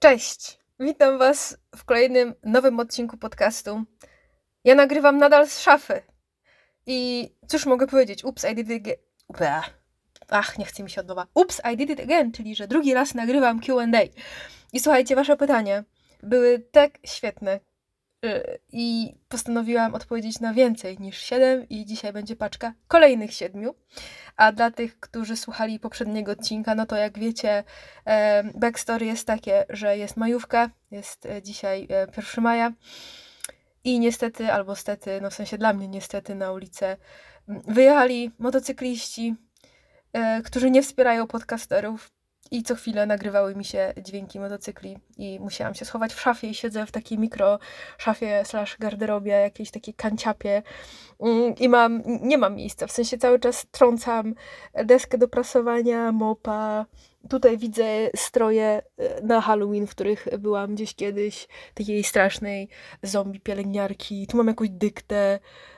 Cześć! Witam Was w kolejnym nowym odcinku podcastu. Ja nagrywam nadal z szafy. I cóż mogę powiedzieć? Oops, I did it again. Nie chce mi się od nowa. Oops, I did it again, czyli że drugi raz nagrywam Q&A. I słuchajcie, Wasze pytania były tak świetne. I postanowiłam odpowiedzieć na więcej niż 7 i dzisiaj będzie paczka kolejnych 7. A dla tych, którzy słuchali poprzedniego odcinka, no to jak wiecie, backstory jest takie, że jest majówka, jest dzisiaj 1 maja i niestety, albo stety, no w sensie dla mnie niestety, na ulicę wyjechali motocykliści, którzy nie wspierają podcasterów i co chwilę nagrywały mi się dźwięki motocykli i musiałam się schować w szafie i siedzę w takiej mikro szafie / garderobie, jakiejś takiej kanciapie i nie mam miejsca, w sensie cały czas trącam deskę do prasowania, mopa. Tutaj widzę stroje na Halloween, w których byłam gdzieś kiedyś, takiej strasznej zombie pielęgniarki. Tu mam jakąś dyktę.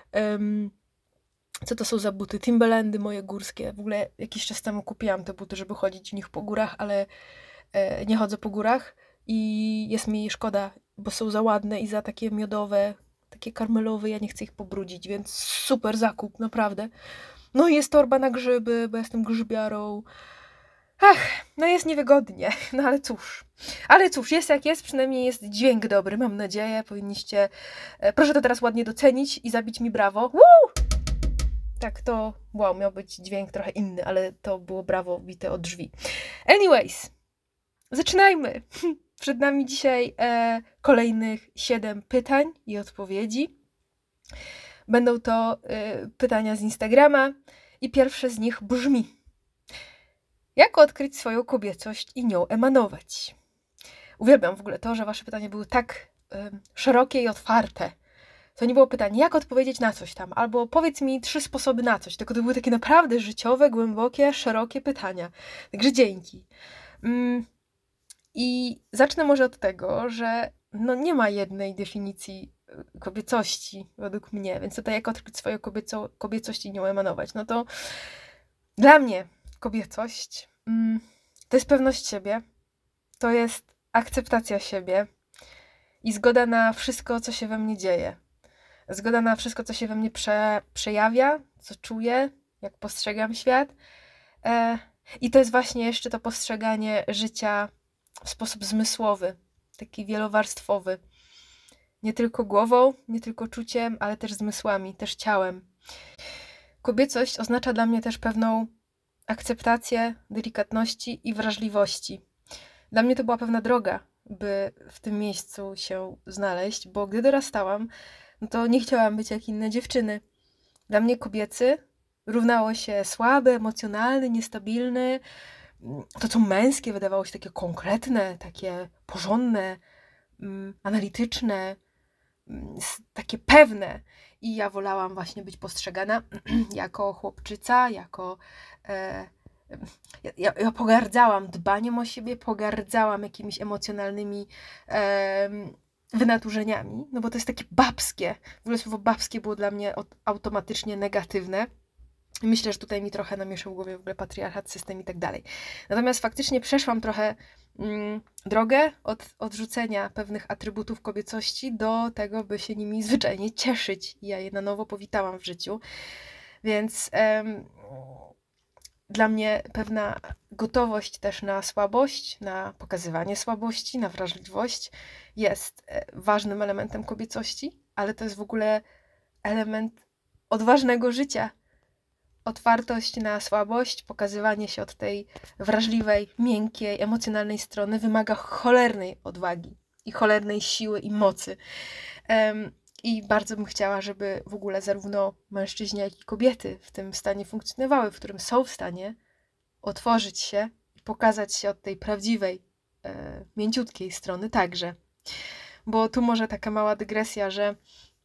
Co to są za buty? Timberlandy moje górskie. W ogóle jakiś czas temu kupiłam te buty, żeby chodzić w nich po górach, ale nie chodzę po górach i jest mi szkoda, bo są za ładne i za takie miodowe, takie karmelowe, ja nie chcę ich pobrudzić, więc super zakup, naprawdę. No i jest torba na grzyby, bo jestem grzybiarą. No jest niewygodnie, no ale cóż. Ale cóż, jest jak jest, przynajmniej jest dźwięk dobry, mam nadzieję. Powinniście, proszę to teraz ładnie docenić i zabić mi brawo. Woo! Tak, to miał być dźwięk trochę inny, ale to było brawo bite od drzwi. Anyways, zaczynajmy. Przed nami dzisiaj kolejnych 7 pytań i odpowiedzi. Będą to pytania z Instagrama i pierwsze z nich brzmi: jak odkryć swoją kobiecość i nią emanować? Uwielbiam w ogóle to, że wasze pytania były tak szerokie i otwarte. To nie było pytanie, jak odpowiedzieć na coś tam, albo powiedz mi 3 sposoby na coś, tylko to były takie naprawdę życiowe, głębokie, szerokie pytania. Także dzięki. I zacznę może od tego, że nie ma jednej definicji kobiecości według mnie, więc tutaj jak odkryć swoją kobiecość i nią emanować? No to dla mnie kobiecość to jest pewność siebie, to jest akceptacja siebie i zgoda na wszystko, co się we mnie dzieje. Zgoda na wszystko, co się we mnie przejawia, co czuję, jak postrzegam świat. I to jest właśnie jeszcze to postrzeganie życia w sposób zmysłowy, taki wielowarstwowy. Nie tylko głową, nie tylko czuciem, ale też zmysłami, też ciałem. Kobiecość oznacza dla mnie też pewną akceptację, delikatności i wrażliwości. Dla mnie to była pewna droga, by w tym miejscu się znaleźć, bo gdy dorastałam, no to nie chciałam być jak inne dziewczyny. Dla mnie kobiecy równało się słaby, emocjonalny, niestabilny. To, co męskie, wydawało się takie konkretne, takie porządne, analityczne, takie pewne. I ja wolałam właśnie być postrzegana jako chłopczyca, jako... Ja pogardzałam dbaniem o siebie, pogardzałam jakimiś emocjonalnymi wynaturzeniami, no bo to jest takie babskie. W ogóle słowo babskie było dla mnie automatycznie negatywne. Myślę, że tutaj mi trochę namieszał w głowie w ogóle patriarchat, system i tak dalej. Natomiast faktycznie przeszłam trochę drogę od odrzucenia pewnych atrybutów kobiecości do tego, by się nimi zwyczajnie cieszyć. I ja je na nowo powitałam w życiu. Więc dla mnie pewna gotowość też na słabość, na pokazywanie słabości, na wrażliwość jest ważnym elementem kobiecości, ale to jest w ogóle element odważnego życia. Otwartość na słabość, pokazywanie się od tej wrażliwej, miękkiej, emocjonalnej strony wymaga cholernej odwagi i cholernej siły i mocy. I bardzo bym chciała, żeby w ogóle zarówno mężczyźni, jak i kobiety w tym stanie funkcjonowały, w którym są w stanie otworzyć się i pokazać się od tej prawdziwej, mięciutkiej strony także. Bo tu może taka mała dygresja, że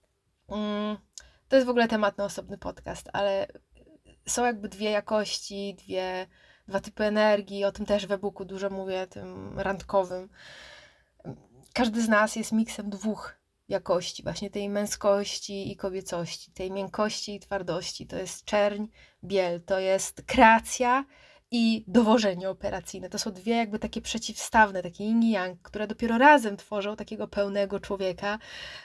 to jest w ogóle temat na osobny podcast, ale są jakby 2 jakości, dwa typy energii, o tym też w e-booku dużo mówię, tym randkowym. Każdy z nas jest miksem 2 jakości, właśnie tej męskości i kobiecości, tej miękkości i twardości. To jest czerń, biel, to jest kreacja i dowożenie operacyjne. To są dwie jakby takie przeciwstawne, takie yin i yang, które dopiero razem tworzą takiego pełnego człowieka,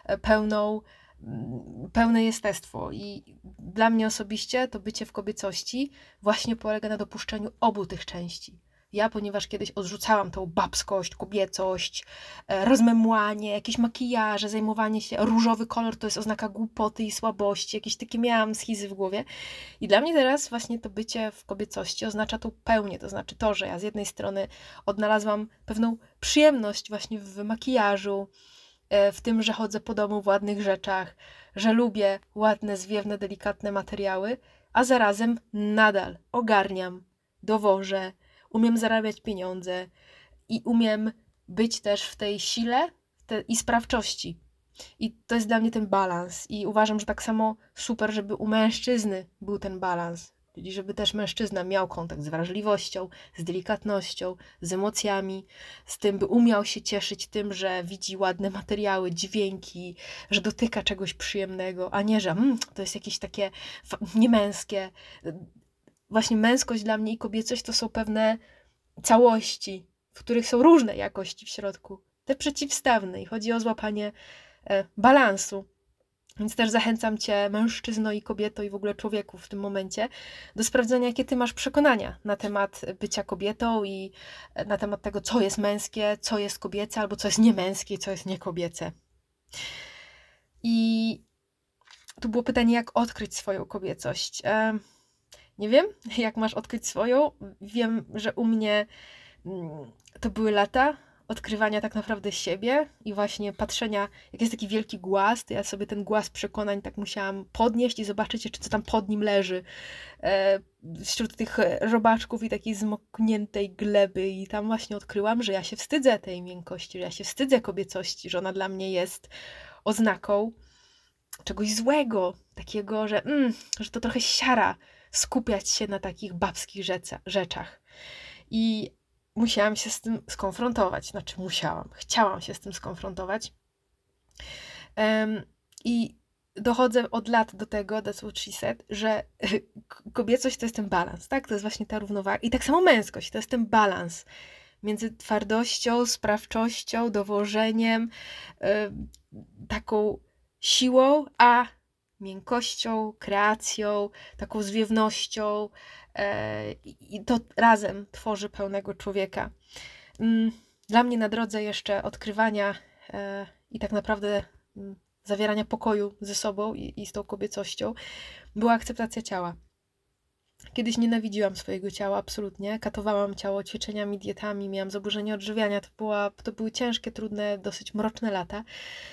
pełne jestestwo. I dla mnie osobiście to bycie w kobiecości właśnie polega na dopuszczeniu obu tych części. Ja, ponieważ kiedyś odrzucałam tą babskość, kobiecość, rozmemłanie, jakieś makijaże, zajmowanie się, różowy kolor to jest oznaka głupoty i słabości, jakieś takie miałam schizy w głowie. I dla mnie teraz właśnie to bycie w kobiecości oznacza tą pełnię, to znaczy to, że ja z jednej strony odnalazłam pewną przyjemność właśnie w makijażu, w tym, że chodzę po domu w ładnych rzeczach, że lubię ładne, zwiewne, delikatne materiały, a zarazem nadal ogarniam, dowożę, umiem zarabiać pieniądze i umiem być też w tej sile i sprawczości. I to jest dla mnie ten balans. I uważam, że tak samo super, żeby u mężczyzny był ten balans. Czyli żeby też mężczyzna miał kontakt z wrażliwością, z delikatnością, z emocjami, z tym, by umiał się cieszyć tym, że widzi ładne materiały, dźwięki, że dotyka czegoś przyjemnego, a nie, że to jest jakieś takie niemęskie. Właśnie męskość dla mnie i kobiecość to są pewne całości, w których są różne jakości w środku. Te przeciwstawne i chodzi o złapanie balansu. Więc też zachęcam Cię, mężczyzno i kobieto i w ogóle człowieku w tym momencie, do sprawdzenia, jakie Ty masz przekonania na temat bycia kobietą i na temat tego, co jest męskie, co jest kobiece, albo co jest niemęskie, co jest niekobiece. I tu było pytanie, jak odkryć swoją kobiecość. Nie wiem, jak masz odkryć swoją. Wiem, że u mnie to były lata odkrywania tak naprawdę siebie i właśnie patrzenia, jak jest taki wielki głaz, to ja sobie ten głaz przekonań tak musiałam podnieść i zobaczyć jeszcze, co tam pod nim leży. Wśród tych robaczków i takiej zmokniętej gleby i tam właśnie odkryłam, że ja się wstydzę tej miękkości, że ja się wstydzę kobiecości, że ona dla mnie jest oznaką czegoś złego, takiego, że to trochę siara skupiać się na takich babskich rzeczach. I musiałam się z tym skonfrontować. Chciałam się z tym skonfrontować. I dochodzę od lat do tego, that's what she said, że kobiecość to jest ten balans, tak? To jest właśnie ta równowaga. I tak samo męskość, to jest ten balans między twardością, sprawczością, dowożeniem, taką siłą, a miękkością, kreacją, taką zwiewnością i to razem tworzy pełnego człowieka. Dla mnie na drodze jeszcze odkrywania i tak naprawdę zawierania pokoju ze sobą i z tą kobiecością była akceptacja ciała. Kiedyś nienawidziłam swojego ciała, absolutnie. Katowałam ciało ćwiczeniami, dietami, miałam zaburzenia odżywiania. To były ciężkie, trudne, dosyć mroczne lata.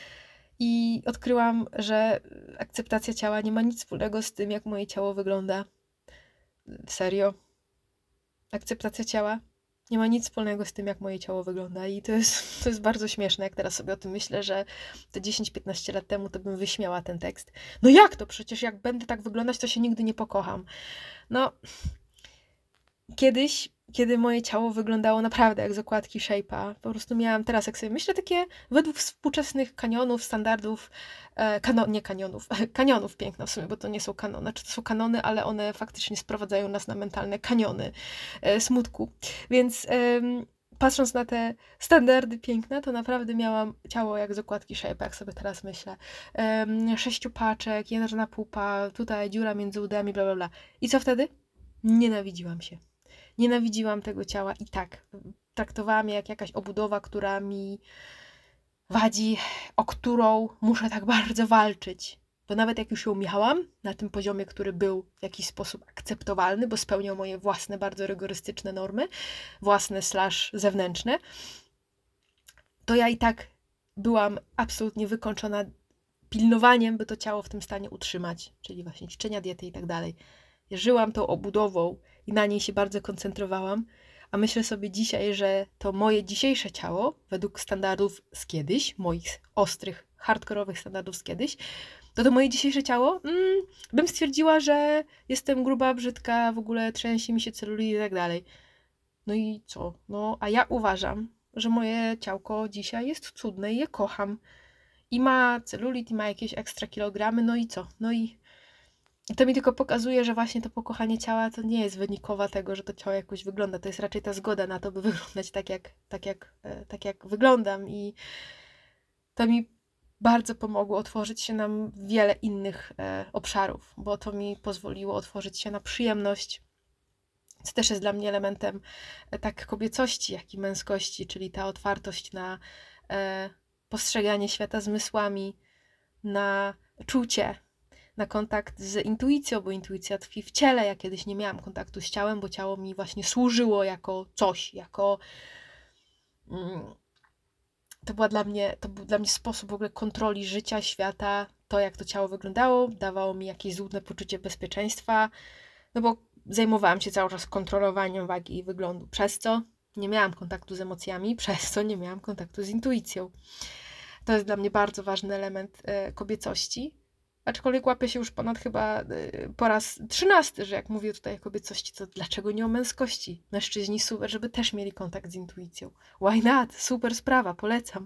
I odkryłam, że akceptacja ciała nie ma nic wspólnego z tym, jak moje ciało wygląda. Serio. Akceptacja ciała nie ma nic wspólnego z tym, jak moje ciało wygląda. I to jest bardzo śmieszne, jak teraz sobie o tym myślę, że te 10-15 lat temu to bym wyśmiała ten tekst. No jak to? Przecież jak będę tak wyglądać, to się nigdy nie pokocham. No, kiedyś, kiedy moje ciało wyglądało naprawdę jak z okładki Shape'a, po prostu miałam teraz, jak sobie myślę, takie według współczesnych kanionów, standardów, kanionów piękna w sumie, bo to nie są kanony, znaczy to są kanony, ale one faktycznie sprowadzają nas na mentalne kaniony smutku. Więc patrząc na te standardy piękne, to naprawdę miałam ciało jak z okładki Shape'a, jak sobie teraz myślę. 6 paczek, jędrna pupa, tutaj dziura między udami, bla, bla, bla. I co wtedy? Nienawidziłam się. Nienawidziłam tego ciała i tak. Traktowałam je jak jakaś obudowa, która mi wadzi, o którą muszę tak bardzo walczyć. Bo nawet jak już ją miałam, na tym poziomie, który był w jakiś sposób akceptowalny, bo spełniał moje własne, bardzo rygorystyczne normy, własne / zewnętrzne, to ja i tak byłam absolutnie wykończona pilnowaniem, by to ciało w tym stanie utrzymać, czyli właśnie ćwiczenia, diety i tak dalej. Ja żyłam tą obudową i na niej się bardzo koncentrowałam, a myślę sobie dzisiaj, że to moje dzisiejsze ciało, według standardów z kiedyś, moich ostrych, hardkorowych standardów z kiedyś, to moje dzisiejsze ciało, bym stwierdziła, że jestem gruba, brzydka, w ogóle trzęsie mi się celulit i tak dalej. No i co? No, a ja uważam, że moje ciałko dzisiaj jest cudne i je kocham. I ma celulit, i ma jakieś ekstra kilogramy, no i co? No i to mi tylko pokazuje, że właśnie to pokochanie ciała to nie jest wynikowa tego, że to ciało jakoś wygląda. To jest raczej ta zgoda na to, by wyglądać tak jak wyglądam. I to mi bardzo pomogło otworzyć się na wiele innych obszarów, bo to mi pozwoliło otworzyć się na przyjemność, co też jest dla mnie elementem tak kobiecości, jak i męskości, czyli ta otwartość na postrzeganie świata zmysłami, na czucie, na kontakt z intuicją, bo intuicja tkwi w ciele. Ja kiedyś nie miałam kontaktu z ciałem, bo ciało mi właśnie służyło jako coś, jako... To był dla mnie sposób w ogóle kontroli życia, świata, to jak to ciało wyglądało, dawało mi jakieś złudne poczucie bezpieczeństwa, no bo zajmowałam się cały czas kontrolowaniem wagi i wyglądu, przez co nie miałam kontaktu z emocjami, przez co nie miałam kontaktu z intuicją. To jest dla mnie bardzo ważny element kobiecości. Aczkolwiek łapię się już ponad chyba po raz 13, że jak mówię tutaj o kobiecości, to dlaczego nie o męskości? Mężczyźni super, żeby też mieli kontakt z intuicją. Why not? Super sprawa, polecam.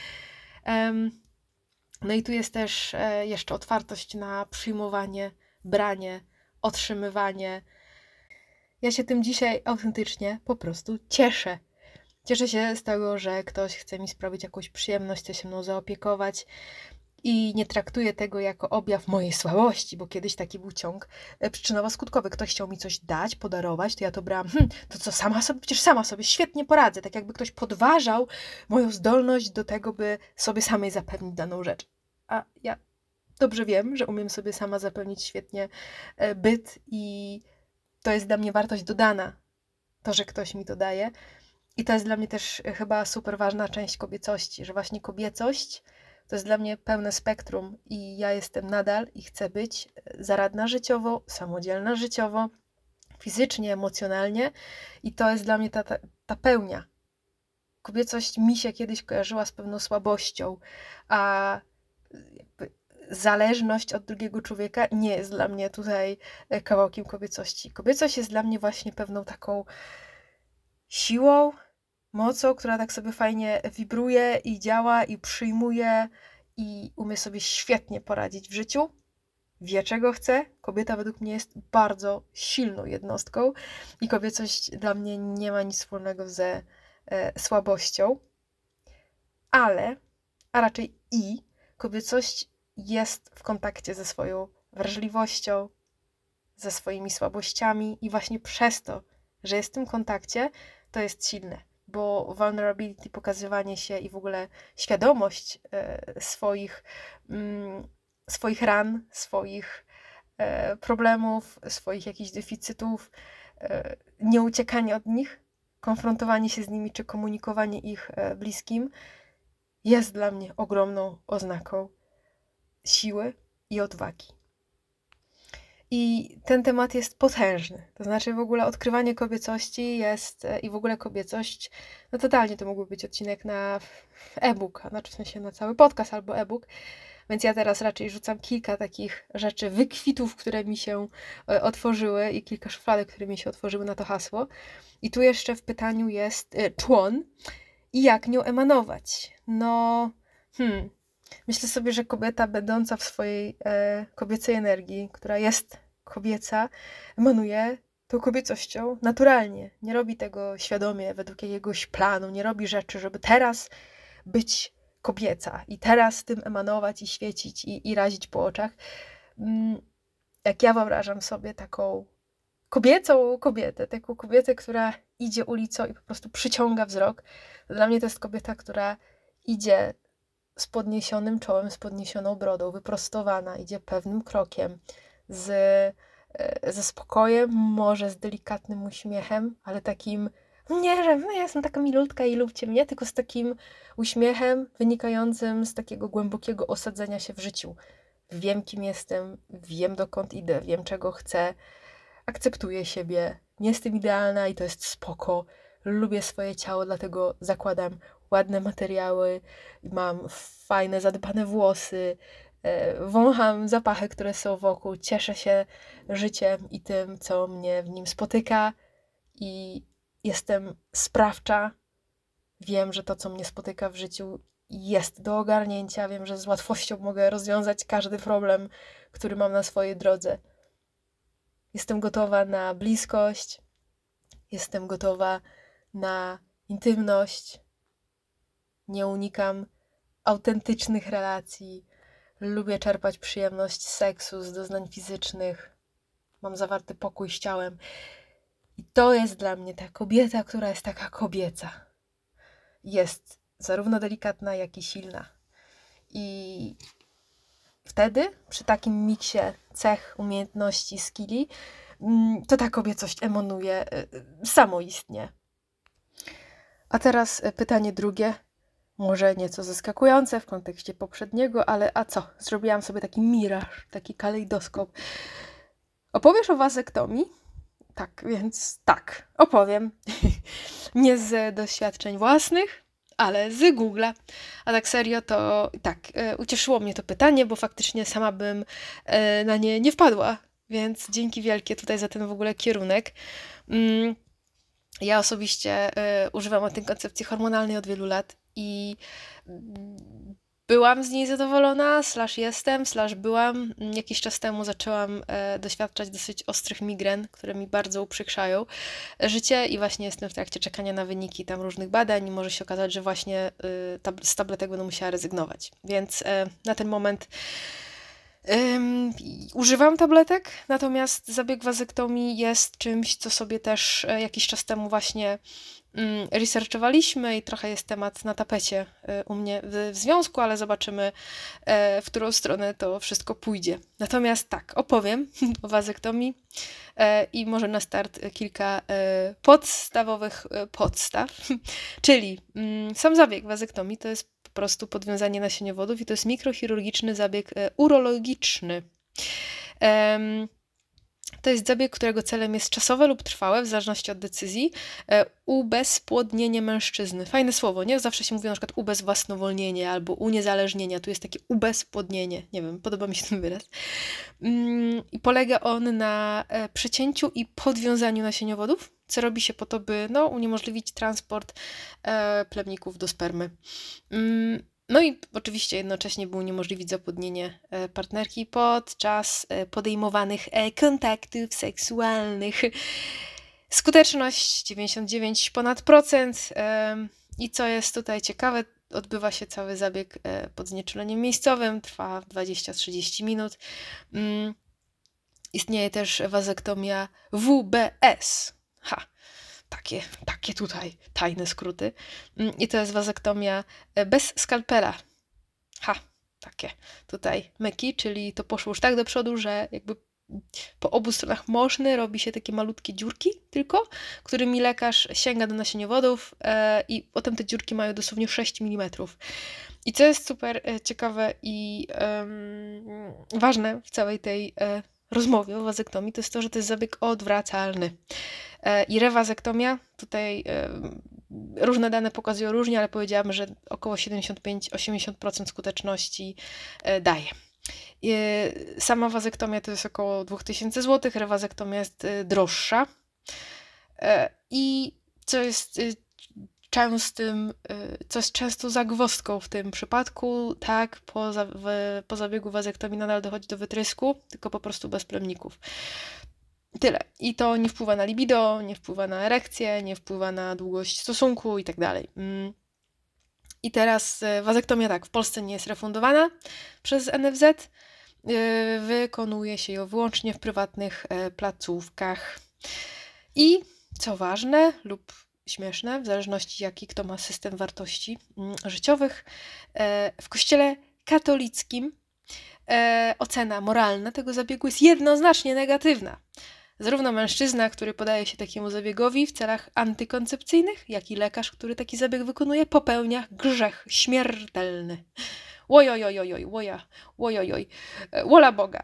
No i tu jest też jeszcze otwartość na przyjmowanie, branie, otrzymywanie. Ja się tym dzisiaj autentycznie po prostu cieszę. Cieszę się z tego, że ktoś chce mi sprawić jakąś przyjemność, chce się mną zaopiekować i nie traktuję tego jako objaw mojej słabości, bo kiedyś taki był ciąg przyczynowo-skutkowy. Ktoś chciał mi coś dać, podarować, to ja to brałam, to co, przecież sama sobie świetnie poradzę. Tak jakby ktoś podważał moją zdolność do tego, by sobie samej zapewnić daną rzecz. A ja dobrze wiem, że umiem sobie sama zapewnić świetnie byt i to jest dla mnie wartość dodana, to, że ktoś mi to daje. I to jest dla mnie też chyba super ważna część kobiecości, że właśnie kobiecość to jest dla mnie pełne spektrum i ja jestem nadal i chcę być zaradna życiowo, samodzielna życiowo, fizycznie, emocjonalnie i to jest dla mnie ta pełnia. Kobiecość mi się kiedyś kojarzyła z pewną słabością, a jakby zależność od drugiego człowieka nie jest dla mnie tutaj kawałkiem kobiecości. Kobiecość jest dla mnie właśnie pewną taką siłą, mocą, która tak sobie fajnie wibruje i działa i przyjmuje i umie sobie świetnie poradzić w życiu. Wie, czego chce. Kobieta według mnie jest bardzo silną jednostką i kobiecość dla mnie nie ma nic wspólnego ze słabością, a raczej kobiecość jest w kontakcie ze swoją wrażliwością, ze swoimi słabościami i właśnie przez to, że jest w tym kontakcie, to jest silne, bo vulnerability, pokazywanie się i w ogóle świadomość swoich ran, swoich problemów, swoich jakichś deficytów, nieuciekanie od nich, konfrontowanie się z nimi czy komunikowanie ich bliskim jest dla mnie ogromną oznaką siły i odwagi. I ten temat jest potężny. To znaczy w ogóle odkrywanie kobiecości jest i w ogóle kobiecość, no totalnie to mógłby być odcinek na e-book, znaczy w sensie na cały podcast albo e-book, więc ja teraz raczej rzucam kilka takich rzeczy, wykwitów, które mi się otworzyły i kilka szufladek, które mi się otworzyły na to hasło. I tu jeszcze w pytaniu jest człon i jak nią emanować. No, myślę sobie, że kobieta będąca w swojej kobiecej energii, która jest kobieca, emanuje tą kobiecością naturalnie. Nie robi tego świadomie, według jakiegoś planu, nie robi rzeczy, żeby teraz być kobieca i teraz tym emanować i świecić i razić po oczach. Jak ja wyobrażam sobie taką kobiecą kobietę, taką kobietę, która idzie ulicą i po prostu przyciąga wzrok, to dla mnie to jest kobieta, która idzie z podniesionym czołem, z podniesioną brodą, wyprostowana, idzie pewnym krokiem, ze spokojem, może z delikatnym uśmiechem, ale takim, nie, że ja jestem taka milutka i lubcie mnie, tylko z takim uśmiechem wynikającym z takiego głębokiego osadzenia się w życiu. Wiem, kim jestem, wiem, dokąd idę, wiem, czego chcę, akceptuję siebie, nie jestem idealna i to jest spoko, lubię swoje ciało, dlatego zakładam ładne materiały, mam fajne, zadbane włosy, wącham zapachy, które są wokół, cieszę się życiem i tym, co mnie w nim spotyka i jestem sprawcza. Wiem, że to, co mnie spotyka w życiu, jest do ogarnięcia. Wiem, że z łatwością mogę rozwiązać każdy problem, który mam na swojej drodze. Jestem gotowa na bliskość, jestem gotowa na intymność, nie unikam autentycznych relacji, lubię czerpać przyjemność z seksu, z doznań fizycznych, mam zawarty pokój z ciałem. I to jest dla mnie ta kobieta, która jest taka kobieca. Jest zarówno delikatna, jak i silna. I wtedy, przy takim miksie cech, umiejętności, skilli, to ta kobiecość emanuje samoistnie. A teraz pytanie drugie, może nieco zaskakujące w kontekście poprzedniego, ale a co? Zrobiłam sobie taki miraż, taki kalejdoskop. Opowiesz o wazektomii? Tak, więc tak, opowiem. Nie z doświadczeń własnych, ale z Google'a. A tak serio to tak, ucieszyło mnie to pytanie, bo faktycznie sama bym na nie nie wpadła. Więc dzięki wielkie tutaj za ten w ogóle kierunek. Ja osobiście używam antykoncepcji hormonalnej od wielu lat i byłam z niej zadowolona, jestem, byłam. Jakiś czas temu zaczęłam doświadczać dosyć ostrych migren, które mi bardzo uprzykrzają życie i właśnie jestem w trakcie czekania na wyniki tam różnych badań i może się okazać, że właśnie z tabletek będę musiała rezygnować. Więc na ten moment używam tabletek, natomiast zabieg wazektomii jest czymś, co sobie też jakiś czas temu właśnie researchowaliśmy i trochę jest temat na tapecie u mnie w związku, ale zobaczymy, w którą stronę to wszystko pójdzie. Natomiast tak, opowiem o wazektomii i może na start kilka podstawowych podstaw, czyli sam zabieg wazektomii to jest po prostu podwiązanie nasieniowodów i to jest mikrochirurgiczny zabieg urologiczny. To jest zabieg, którego celem jest czasowe lub trwałe, w zależności od decyzji, ubezpłodnienie mężczyzny. Fajne słowo, nie? Zawsze się mówi na przykład ubezwłasnowolnienie albo uniezależnienie, tu jest takie ubezpłodnienie. Nie wiem, podoba mi się ten wyraz. I polega on na przecięciu i podwiązaniu nasieniowodów, co robi się po to, by uniemożliwić transport plemników do spermy. No i oczywiście jednocześnie by uniemożliwić zapłodnienie partnerki podczas podejmowanych kontaktów seksualnych. Skuteczność 99 ponad procent. I co jest tutaj ciekawe, odbywa się cały zabieg pod znieczuleniem miejscowym, trwa 20-30 minut. Istnieje też wazektomia WBS. Takie tutaj tajne skróty. I to jest wazektomia bez skalpela. Takie tutaj myki, czyli to poszło już tak do przodu, że jakby po obu stronach moszny robi się takie malutkie dziurki tylko, którymi lekarz sięga do nasieniowodów i potem te dziurki mają dosłownie 6 mm. I co jest super ciekawe i ważne w całej tej rozmowie o wazektomii, to jest to, że to jest zabieg odwracalny. I rewazektomia, tutaj różne dane pokazują różnie, ale powiedziałabym, że około 75-80% skuteczności daje. Sama wazektomia to jest około 2000 zł, rewazektomia jest droższa. I co jest często zagwozdką w tym przypadku, tak, po zabiegu wazektomii nadal dochodzi do wytrysku, tylko po prostu bez plemników. Tyle. I to nie wpływa na libido, nie wpływa na erekcję, nie wpływa na długość stosunku i tak dalej. I teraz wazektomia tak, w Polsce nie jest refundowana przez NFZ. Wykonuje się ją wyłącznie w prywatnych placówkach. I co ważne lub śmieszne, w zależności jaki kto ma system wartości życiowych, w kościele katolickim ocena moralna tego zabiegu jest jednoznacznie negatywna. Zarówno mężczyzna, który podaje się takiemu zabiegowi w celach antykoncepcyjnych, jak i lekarz, który taki zabieg wykonuje, popełnia grzech śmiertelny. Wola Boga.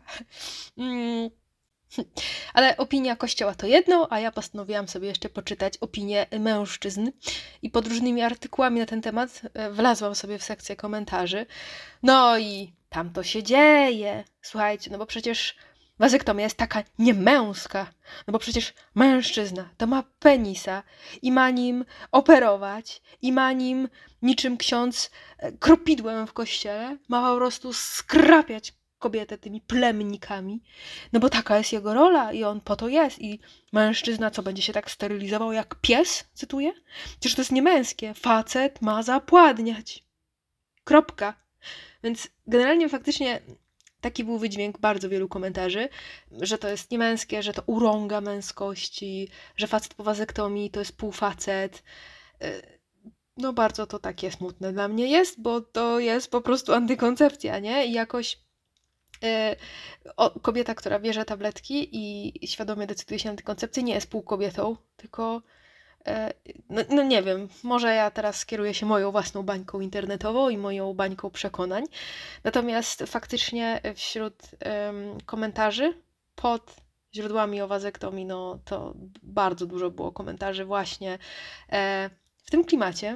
Ale opinia Kościoła to jedno, a ja postanowiłam sobie jeszcze poczytać opinię mężczyzn i pod różnymi artykułami na ten temat wlazłam sobie w sekcję komentarzy. No i tam to się dzieje. Słuchajcie, no bo przecież wazektomia jest taka niemęska, no bo przecież mężczyzna to ma penisa i ma nim operować i ma nim niczym ksiądz kropidłem w kościele, ma po prostu skrapiać kobietę tymi plemnikami, no bo taka jest jego rola i on po to jest. I mężczyzna, co będzie się tak sterylizował jak pies, cytuję? Przecież to jest niemęskie. Facet ma zapładniać. Kropka. Więc generalnie faktycznie taki był wydźwięk bardzo wielu komentarzy, że to jest niemęskie, że to urąga męskości, że facet po wazektomii to jest półfacet. No bardzo to takie smutne dla mnie jest, bo to jest po prostu antykoncepcja, nie? I jakoś kobieta, która bierze tabletki i świadomie decyduje się na antykoncepcję, nie jest półkobietą, tylko no nie wiem, może ja teraz skieruję się moją własną bańką internetową i moją bańką przekonań. Natomiast faktycznie wśród komentarzy pod źródłami o wazektomii, no to bardzo dużo było komentarzy właśnie w tym klimacie.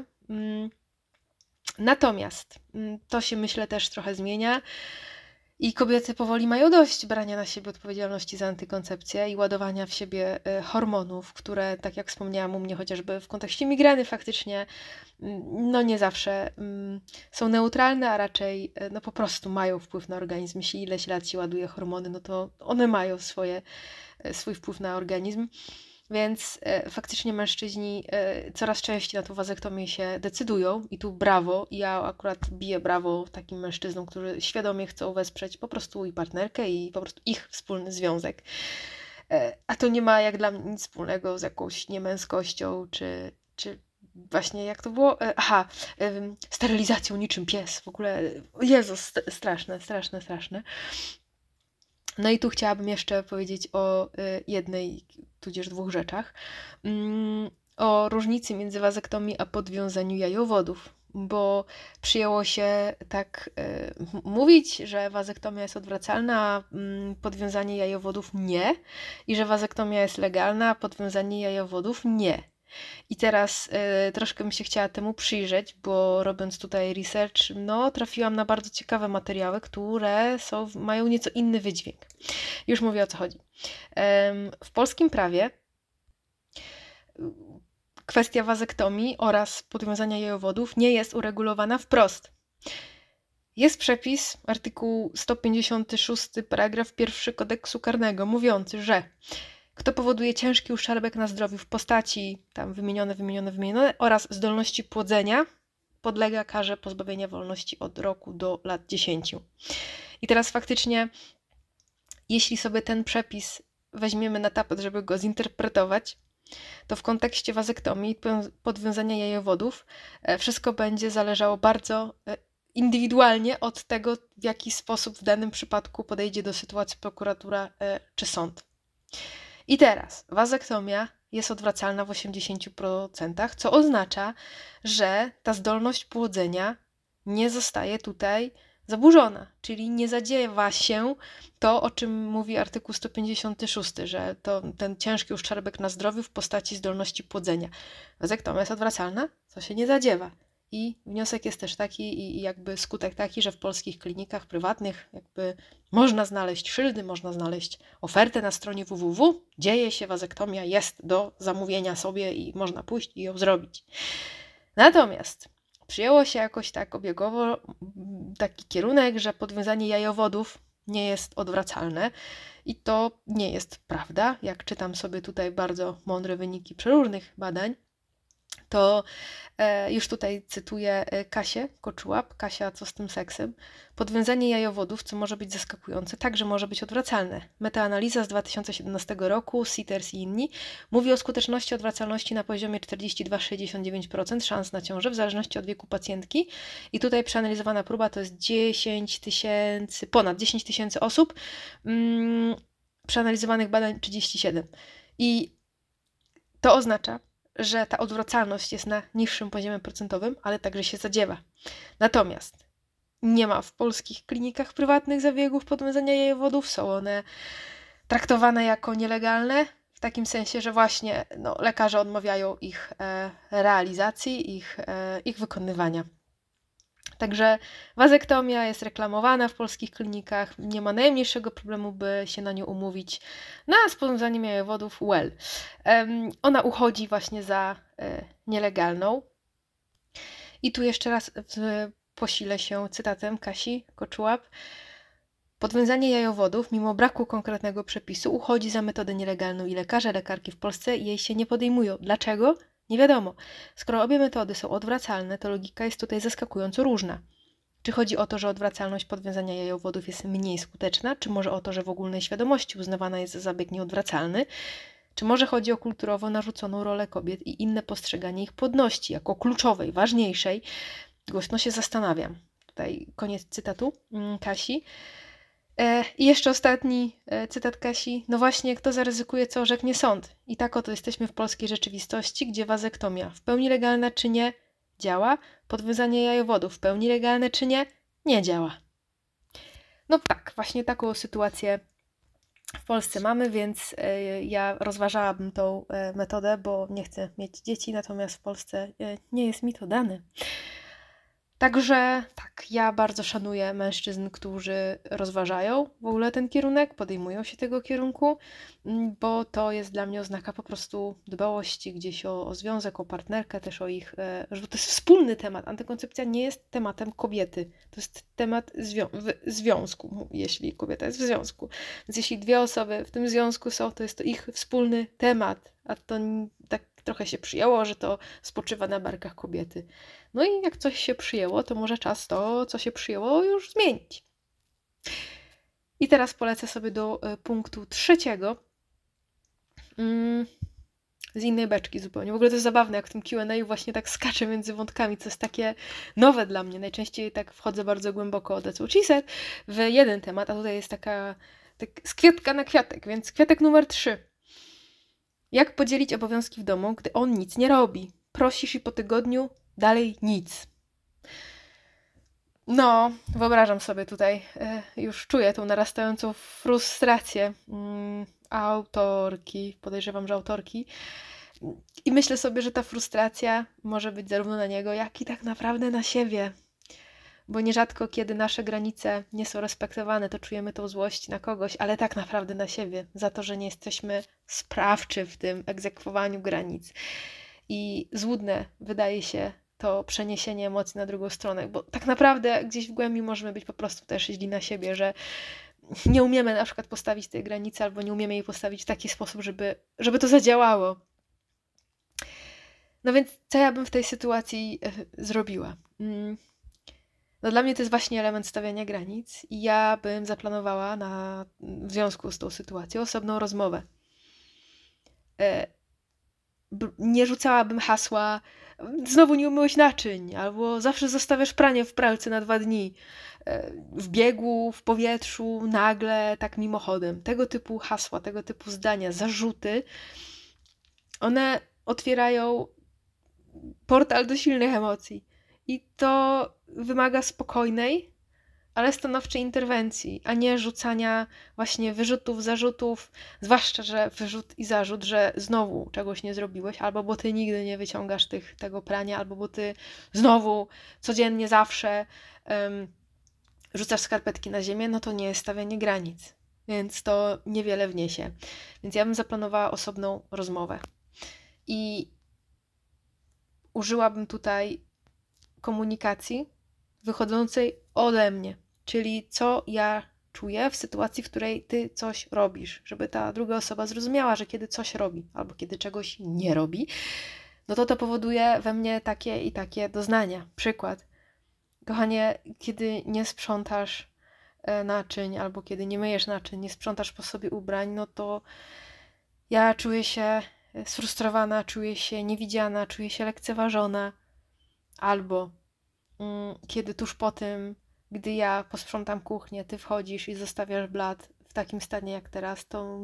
Natomiast to się, myślę, też trochę zmienia i kobiety powoli mają dość brania na siebie odpowiedzialności za antykoncepcję i ładowania w siebie hormonów, które, tak jak wspomniałam u mnie chociażby w kontekście migreny, faktycznie no nie zawsze są neutralne, a raczej no po prostu mają wpływ na organizm. Jeśli ileś lat się ładuje hormony, no to one mają swój wpływ na organizm. Więc faktycznie mężczyźni coraz częściej na tą wazektomię się decydują i tu brawo. Ja akurat biję brawo takim mężczyznom, którzy świadomie chcą wesprzeć po prostu i partnerkę i po prostu ich wspólny związek. A to nie ma jak dla mnie nic wspólnego z jakąś niemęskością, czy właśnie jak to było? Sterylizacją niczym pies. W ogóle, Jezus, straszne. No i tu chciałabym jeszcze powiedzieć o jednej, tudzież dwóch rzeczach. O różnicy między wazektomią a podwiązaniu jajowodów, bo przyjęło się tak mówić, że wazektomia jest odwracalna, a podwiązanie jajowodów nie, i że wazektomia jest legalna, a podwiązanie jajowodów nie. I teraz troszkę bym się chciała temu przyjrzeć, bo robiąc tutaj research, no trafiłam na bardzo ciekawe materiały, które mają nieco inny wydźwięk. Już mówię, o co chodzi. W polskim prawie kwestia wazektomii oraz podwiązania jajowodów nie jest uregulowana wprost. Jest przepis, artykuł 156, paragraf 1 kodeksu karnego, mówiący, że kto powoduje ciężki uszczerbek na zdrowiu w postaci tam wymienione oraz zdolności płodzenia, podlega karze pozbawienia wolności od roku do lat 10. I teraz faktycznie, jeśli sobie ten przepis weźmiemy na tapet, żeby go zinterpretować, to w kontekście wazektomii, podwiązania jajowodów, wszystko będzie zależało bardzo indywidualnie od tego, w jaki sposób w danym przypadku podejdzie do sytuacji prokuratura czy sąd. I teraz wazektomia jest odwracalna w 80%, co oznacza, że ta zdolność płodzenia nie zostaje tutaj zaburzona, czyli nie zadziewa się to, o czym mówi artykuł 156, że to ten ciężki uszczerbek na zdrowiu w postaci zdolności płodzenia. Wazektomia jest odwracalna, co się nie zadziewa. I wniosek jest też taki i jakby skutek taki, że w polskich klinikach prywatnych jakby można znaleźć szyldy, można znaleźć ofertę na stronie www. Dzieje się, wazektomia jest do zamówienia sobie i można pójść i ją zrobić. Natomiast przyjęło się jakoś tak obiegowo taki kierunek, że podwiązanie jajowodów nie jest odwracalne i to nie jest prawda. Jak czytam sobie tutaj bardzo mądre wyniki przeróżnych badań, to już tutaj cytuję Kasię Koczułap, Kasia, co z tym seksem. Podwiązanie jajowodów, co może być zaskakujące, także może być odwracalne. Metaanaliza z 2017 roku, Sitters i inni, mówi o skuteczności odwracalności na poziomie 42-69% szans na ciążę, w zależności od wieku pacjentki. I tutaj przeanalizowana próba to jest ponad 10 tysięcy osób, przeanalizowanych badań 37. I to oznacza, że ta odwracalność jest na niższym poziomie procentowym, ale także się zadziewa. Natomiast nie ma w polskich klinikach prywatnych zabiegów podwiązania jajowodów. Są one traktowane jako nielegalne, w takim sensie, że właśnie lekarze odmawiają ich realizacji, ich wykonywania. Także wazektomia jest reklamowana w polskich klinikach, nie ma najmniejszego problemu, by się na nią umówić. A z podwiązaniem jajowodów, ona uchodzi właśnie za nielegalną. I tu jeszcze raz posilę się cytatem Kasi Koczułap. Podwiązanie jajowodów, mimo braku konkretnego przepisu, uchodzi za metodę nielegalną i lekarki w Polsce jej się nie podejmują. Dlaczego? Nie wiadomo. Skoro obie metody są odwracalne, to logika jest tutaj zaskakująco różna. Czy chodzi o to, że odwracalność podwiązania jajowodów jest mniej skuteczna, czy może o to, że w ogólnej świadomości uznawana jest za zabieg nieodwracalny? Czy może chodzi o kulturowo narzuconą rolę kobiet i inne postrzeganie ich płodności jako kluczowej, ważniejszej? Głośno się zastanawiam. Tutaj koniec cytatu Kasi. I jeszcze ostatni cytat Kasi. No właśnie, kto zaryzykuje, co orzeknie sąd? I tak oto jesteśmy w polskiej rzeczywistości, gdzie wazektomia, w pełni legalna czy nie, działa. Podwiązanie jajowodów, w pełni legalne czy nie, nie działa. No tak, właśnie taką sytuację w Polsce mamy, więc ja rozważałabym tą metodę, bo nie chcę mieć dzieci, natomiast w Polsce nie jest mi to dane. Także tak, ja bardzo szanuję mężczyzn, którzy rozważają w ogóle ten kierunek, podejmują się tego kierunku, bo to jest dla mnie oznaka po prostu dbałości gdzieś o związek, o partnerkę, też o ich, że to jest wspólny temat. Antykoncepcja nie jest tematem kobiety, to jest temat związku, jeśli kobieta jest w związku. Więc jeśli dwie osoby w tym związku są, to jest to ich wspólny temat, a to tak trochę się przyjęło, że to spoczywa na barkach kobiety. No i jak coś się przyjęło, to może czas to, co się przyjęło, już zmienić. I teraz polecę sobie do punktu 3. Z innej beczki zupełnie. W ogóle to jest zabawne, jak w tym Q&A właśnie tak skaczę między wątkami, co jest takie nowe dla mnie. Najczęściej tak wchodzę bardzo głęboko that's what she said w jeden temat, a tutaj jest taka z kwiatka na kwiatek, więc kwiatek numer 3. Jak podzielić obowiązki w domu, gdy on nic nie robi? Prosisz i po tygodniu dalej nic. No, wyobrażam sobie tutaj, już czuję tą narastającą frustrację autorki, podejrzewam, że autorki. I myślę sobie, że ta frustracja może być zarówno na niego, jak i tak naprawdę na siebie. Bo nierzadko, kiedy nasze granice nie są respektowane, to czujemy tą złość na kogoś, ale tak naprawdę na siebie, za to, że nie jesteśmy sprawczy w tym egzekwowaniu granic. I złudne wydaje się to przeniesienie emocji na drugą stronę, bo tak naprawdę gdzieś w głębi możemy być po prostu też źli na siebie, że nie umiemy na przykład postawić tej granicy, albo nie umiemy jej postawić w taki sposób, żeby to zadziałało. No więc co ja bym w tej sytuacji zrobiła? No dla mnie to jest właśnie element stawiania granic i ja bym zaplanowała w związku z tą sytuacją osobną rozmowę. Nie rzucałabym hasła znowu nie umyłeś naczyń, albo zawsze zostawiasz pranie w pralce na 2 dni. W biegu, w powietrzu, nagle, tak mimochodem. Tego typu hasła, tego typu zdania, zarzuty, one otwierają portal do silnych emocji. I to wymaga spokojnej, ale stanowczej interwencji, a nie rzucania właśnie wyrzutów, zarzutów, zwłaszcza, że wyrzut i zarzut, że znowu czegoś nie zrobiłeś, albo bo ty nigdy nie wyciągasz tego prania, albo bo ty znowu, codziennie, zawsze rzucasz skarpetki na ziemię, no to nie jest stawianie granic, więc to niewiele wniesie. Więc ja bym zaplanowała osobną rozmowę i użyłabym tutaj komunikacji wychodzącej ode mnie, czyli co ja czuję w sytuacji, w której ty coś robisz, żeby ta druga osoba zrozumiała, że kiedy coś robi albo kiedy czegoś nie robi, no to powoduje we mnie takie i takie doznania. Przykład. Kochanie, kiedy nie sprzątasz naczyń albo kiedy nie myjesz naczyń, nie sprzątasz po sobie ubrań, no to ja czuję się sfrustrowana, czuję się niewidziana, czuję się lekceważona. Albo kiedy tuż po tym, gdy ja posprzątam kuchnię, ty wchodzisz i zostawiasz blat w takim stanie jak teraz, to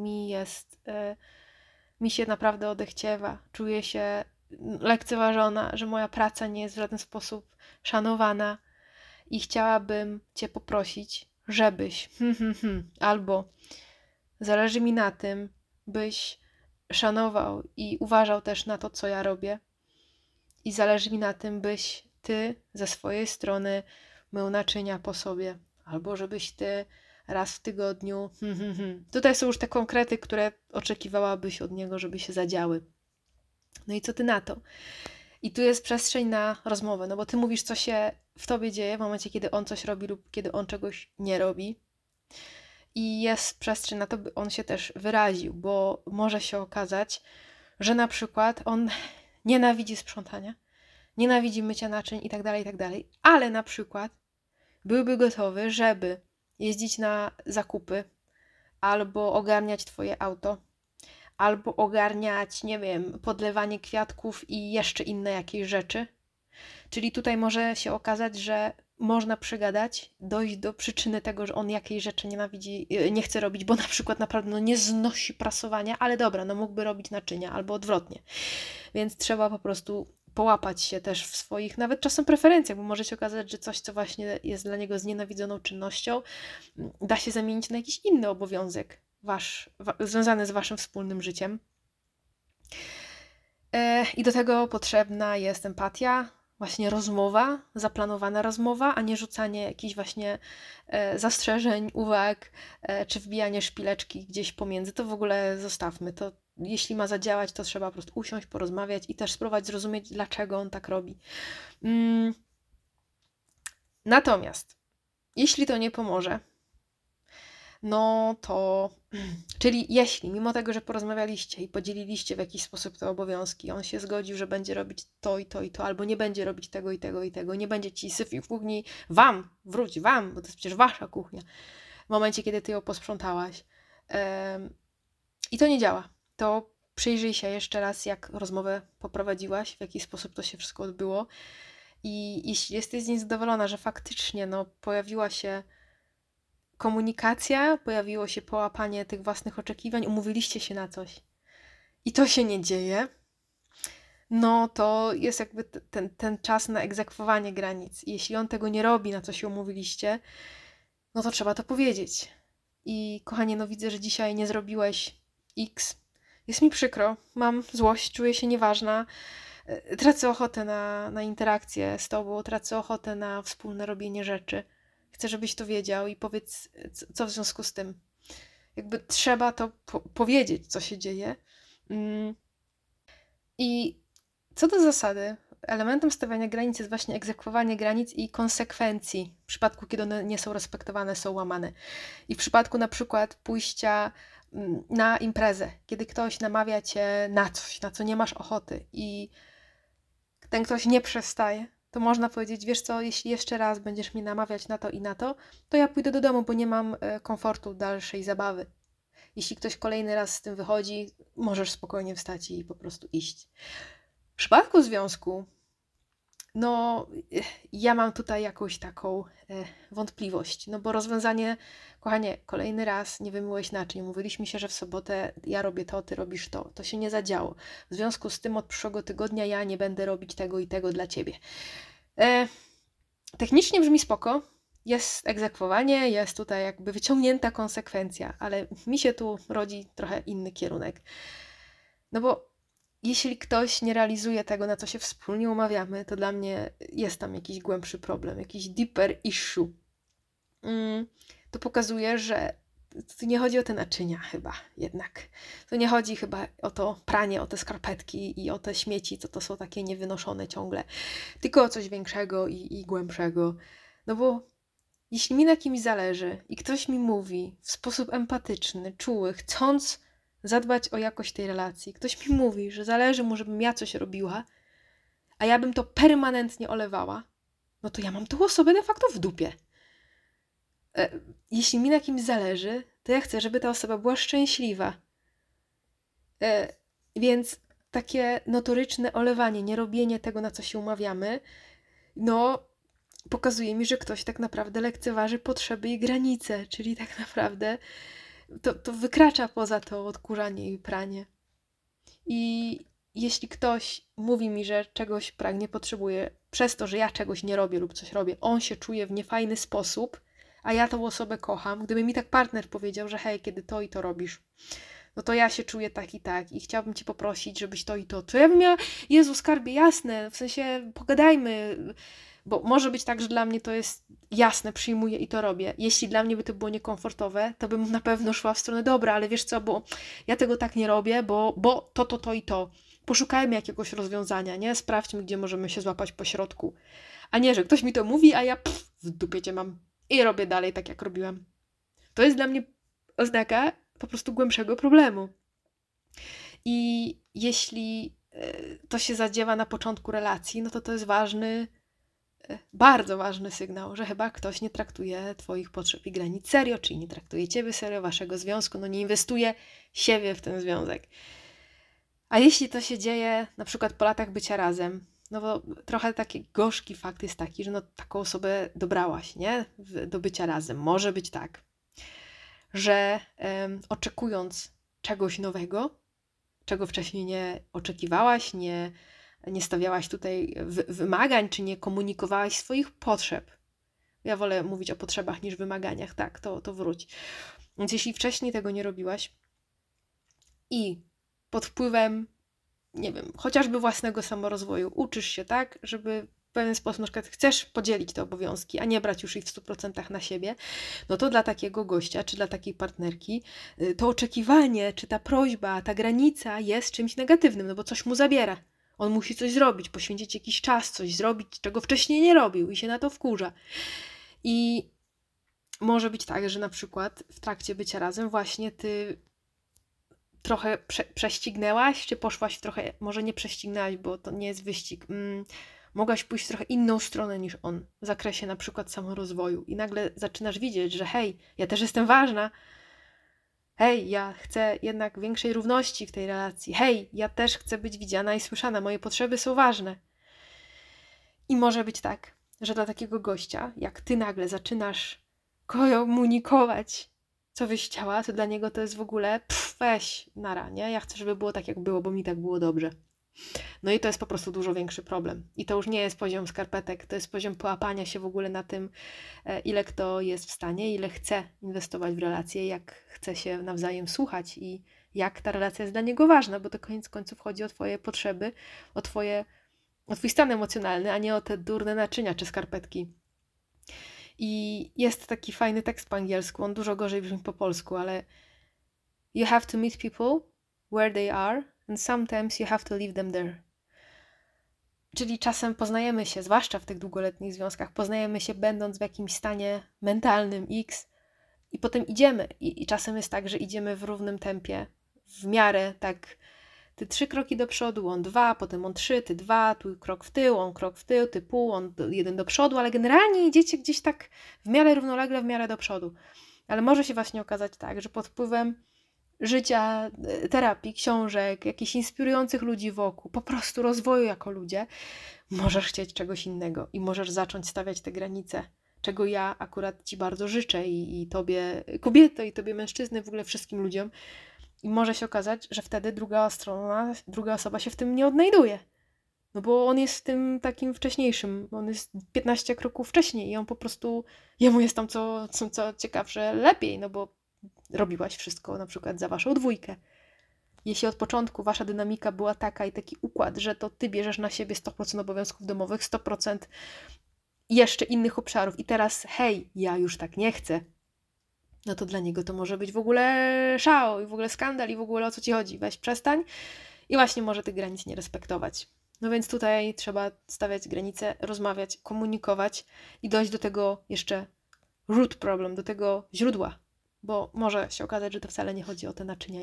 mi się naprawdę odechciewa. Czuję się lekceważona, że moja praca nie jest w żaden sposób szanowana i chciałabym cię poprosić, żebyś albo zależy mi na tym, byś szanował i uważał też na to, co ja robię i zależy mi na tym, byś ty ze swojej strony mył naczynia po sobie, albo żebyś ty raz w tygodniu Tutaj są już te konkrety, które oczekiwałabyś od niego, żeby się zadziały. No i co ty na to? I tu jest przestrzeń na rozmowę, no bo ty mówisz, co się w tobie dzieje w momencie, kiedy on coś robi lub kiedy on czegoś nie robi. I jest przestrzeń na to, by on się też wyraził, bo może się okazać, że na przykład on nienawidzi sprzątania, nienawidzi mycia naczyń i tak dalej, ale na przykład byłby gotowy, żeby jeździć na zakupy, albo ogarniać twoje auto, albo ogarniać, nie wiem, podlewanie kwiatków i jeszcze inne jakieś rzeczy. Czyli tutaj może się okazać, że można przygadać, dojść do przyczyny tego, że on jakiejś rzeczy nienawidzi, nie chce robić, bo na przykład naprawdę nie znosi prasowania, ale dobra, mógłby robić naczynia, albo odwrotnie. Więc trzeba po prostu połapać się też w swoich, nawet czasem preferencjach, bo może się okazać, że coś, co właśnie jest dla niego znienawidzoną czynnością, da się zamienić na jakiś inny obowiązek związany z waszym wspólnym życiem. I do tego potrzebna jest empatia, właśnie rozmowa, zaplanowana rozmowa, a nie rzucanie jakichś właśnie zastrzeżeń, uwag, czy wbijanie szpileczki gdzieś pomiędzy. To w ogóle zostawmy. To jeśli ma zadziałać, to trzeba po prostu usiąść, porozmawiać i też spróbować zrozumieć, dlaczego on tak robi. Natomiast jeśli to nie pomoże, no to, czyli jeśli mimo tego, że porozmawialiście i podzieliliście w jakiś sposób te obowiązki, on się zgodził, że będzie robić to i to i to, albo nie będzie robić tego i tego i tego, nie będzie ci syfił w kuchni, wam, bo to jest przecież wasza kuchnia, w momencie, kiedy ty ją posprzątałaś. I to nie działa. To przyjrzyj się jeszcze raz, jak rozmowę poprowadziłaś, w jaki sposób to się wszystko odbyło. I jeśli jesteś niezadowolona, że faktycznie pojawiła się komunikacja, pojawiło się połapanie tych własnych oczekiwań, umówiliście się na coś i to się nie dzieje, no to jest jakby ten czas na egzekwowanie granic. I jeśli on tego nie robi, na co się umówiliście, no to trzeba to powiedzieć. I kochanie, widzę, że dzisiaj nie zrobiłeś X. Jest mi przykro, mam złość, czuję się nieważna, tracę ochotę na interakcję z tobą, tracę ochotę na wspólne robienie rzeczy. Chcę, żebyś to wiedział i powiedz, co w związku z tym. Jakby trzeba to powiedzieć, co się dzieje. I co do zasady, elementem stawiania granic jest właśnie egzekwowanie granic i konsekwencji. W przypadku, kiedy one nie są respektowane, są łamane. I w przypadku na przykład pójścia na imprezę, kiedy ktoś namawia cię na coś, na co nie masz ochoty i ten ktoś nie przestaje, to można powiedzieć, wiesz co, jeśli jeszcze raz będziesz mnie namawiać na to, to ja pójdę do domu, bo nie mam komfortu dalszej zabawy. Jeśli ktoś kolejny raz z tym wychodzi, możesz spokojnie wstać i po prostu iść. W przypadku związku, ja mam tutaj jakąś taką wątpliwość, bo rozwiązanie, kochanie, kolejny raz nie wymyłeś naczyń, mówiliśmy się, że w sobotę ja robię to, ty robisz to się nie zadziało. W związku z tym od przyszłego tygodnia ja nie będę robić tego i tego dla ciebie. Technicznie brzmi spoko, jest egzekwowanie, jest tutaj jakby wyciągnięta konsekwencja, ale mi się tu rodzi trochę inny kierunek. Bo jeśli ktoś nie realizuje tego, na co się wspólnie umawiamy, to dla mnie jest tam jakiś głębszy problem, jakiś deeper issue. To pokazuje, że to nie chodzi o te naczynia chyba jednak. To nie chodzi chyba o to pranie, o te skarpetki i o te śmieci, to są takie niewynoszone ciągle, tylko o coś większego i głębszego. Bo jeśli mi na kimś zależy i ktoś mi mówi w sposób empatyczny, czuły, chcąc zadbać o jakość tej relacji, ktoś mi mówi, że zależy mu, żebym ja coś robiła, a ja bym to permanentnie olewała, to ja mam tą osobę de facto w dupie. Jeśli mi na kimś zależy, to ja chcę, żeby ta osoba była szczęśliwa. Więc takie notoryczne olewanie, nierobienie tego, na co się umawiamy, pokazuje mi, że ktoś tak naprawdę lekceważy potrzeby i granice, czyli tak naprawdę to wykracza poza to odkurzanie i pranie. I jeśli ktoś mówi mi, że czegoś pragnie, potrzebuje, przez to, że ja czegoś nie robię lub coś robię, on się czuje w niefajny sposób, a ja tą osobę kocham. Gdyby mi tak partner powiedział, że hej, kiedy to i to robisz, to ja się czuję tak i chciałabym cię poprosić, żebyś to i to ja bym miała, Jezu, skarbie, jasne, w sensie pogadajmy, bo może być tak, że dla mnie to jest jasne, przyjmuję i to robię. Jeśli dla mnie by to było niekomfortowe, to bym na pewno szła w stronę dobra, ale wiesz co, bo ja tego tak nie robię, bo to i to. Poszukajmy jakiegoś rozwiązania, nie? Sprawdźmy, gdzie możemy się złapać po środku. A nie, że ktoś mi to mówi, a ja w dupie cię mam i robię dalej tak, jak robiłam. To jest dla mnie oznaka po prostu głębszego problemu. I jeśli to się zadziewa na początku relacji, no to jest ważny, bardzo ważny sygnał, że chyba ktoś nie traktuje twoich potrzeb i granic serio, czyli nie traktuje ciebie serio, waszego związku, no nie inwestuje siebie w ten związek. A jeśli to się dzieje na przykład po latach bycia razem, no bo trochę taki gorzki fakt jest taki, że no taką osobę dobrałaś, nie? Do bycia razem. Może być tak, że oczekując czegoś nowego, czego wcześniej nie oczekiwałaś, nie stawiałaś tutaj wymagań, czy nie komunikowałaś swoich potrzeb. Ja wolę mówić o potrzebach niż wymaganiach, tak, to wróć. Więc jeśli wcześniej tego nie robiłaś i pod wpływem, nie wiem, chociażby własnego samorozwoju uczysz się tak, żeby w pewien sposób na przykład chcesz podzielić te obowiązki, a nie brać już ich w 100% na siebie, no to dla takiego gościa, czy dla takiej partnerki to oczekiwanie, czy ta prośba, ta granica jest czymś negatywnym, no bo coś mu zabiera. On musi coś zrobić, poświęcić jakiś czas, coś zrobić, czego wcześniej nie robił i się na to wkurza. I może być tak, że na przykład w trakcie bycia razem właśnie ty trochę prześcignęłaś, czy poszłaś w trochę, może nie prześcignęłaś, bo to nie jest wyścig, mogłaś pójść w trochę inną stronę niż on, w zakresie na przykład samorozwoju i nagle zaczynasz widzieć, że hej, ja też jestem ważna, hej, ja chcę jednak większej równości w tej relacji, hej, ja też chcę być widziana i słyszana, moje potrzeby są ważne. I może być tak, że dla takiego gościa, jak ty nagle zaczynasz komunikować, co byś chciała, to dla niego to jest w ogóle weź nara, nie? Ja chcę, żeby było tak, jak było, bo mi tak było dobrze. No i to jest po prostu dużo większy problem. I to już nie jest poziom skarpetek, to jest poziom połapania się w ogóle na tym, ile kto jest w stanie, ile chce inwestować w relacje, jak chce się nawzajem słuchać i jak ta relacja jest dla niego ważna, bo to koniec końców chodzi o twoje potrzeby, o twój stan emocjonalny, a nie o te durne naczynia czy skarpetki. I jest taki fajny tekst po angielsku, on dużo gorzej brzmi po polsku, ale you have to meet people where they are and sometimes you have to leave them there. Czyli czasem poznajemy się, zwłaszcza w tych długoletnich związkach, poznajemy się będąc w jakimś stanie mentalnym X i potem idziemy. I czasem jest tak, że idziemy w równym tempie, w miarę tak ty 3 kroki do przodu, on 2, potem on 3, ty 2, tu krok w tył, on krok w tył, ty pół, on 1 do przodu, ale generalnie idziecie gdzieś tak w miarę równolegle, w miarę do przodu. Ale może się właśnie okazać tak, że pod wpływem życia, terapii, książek, jakichś inspirujących ludzi wokół, po prostu rozwoju jako ludzie, możesz chcieć czegoś innego i możesz zacząć stawiać te granice, czego ja akurat ci bardzo życzę i tobie kobieto, i tobie mężczyzny, w ogóle wszystkim ludziom. I może się okazać, że wtedy druga osoba się w tym nie odnajduje. No bo on jest w tym takim wcześniejszym, on jest 15 kroków wcześniej i on po prostu, jemu jest tam co ciekawsze lepiej, no bo robiłaś wszystko na przykład za waszą dwójkę. Jeśli od początku wasza dynamika była taka i taki układ, że to ty bierzesz na siebie 100% obowiązków domowych, 100% jeszcze innych obszarów i teraz hej, ja już tak nie chcę, no to dla niego to może być w ogóle szał i w ogóle skandal i w ogóle o co ci chodzi, weź przestań i właśnie może tych granic nie respektować. No więc tutaj trzeba stawiać granice, rozmawiać, komunikować i dojść do tego jeszcze root problem, do tego źródła, bo może się okazać, że to wcale nie chodzi o te naczynia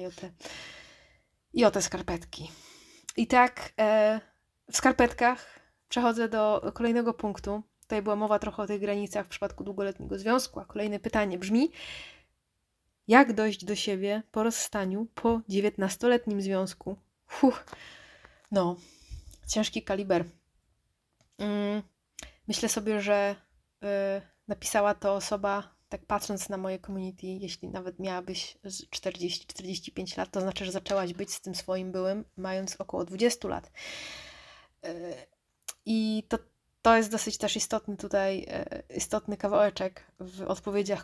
i o te skarpetki. I tak w skarpetkach przechodzę do kolejnego punktu. Tutaj była mowa trochę o tych granicach w przypadku długoletniego związku, a kolejne pytanie brzmi: jak dojść do siebie po rozstaniu po 19-letnim związku? No, ciężki kaliber. Myślę sobie, że napisała to osoba, tak patrząc na moje community, jeśli nawet miałabyś 40-45 lat, to znaczy, że zaczęłaś być z tym swoim byłym, mając około 20 lat. I to jest dosyć też istotny kawałeczek w odpowiedziach,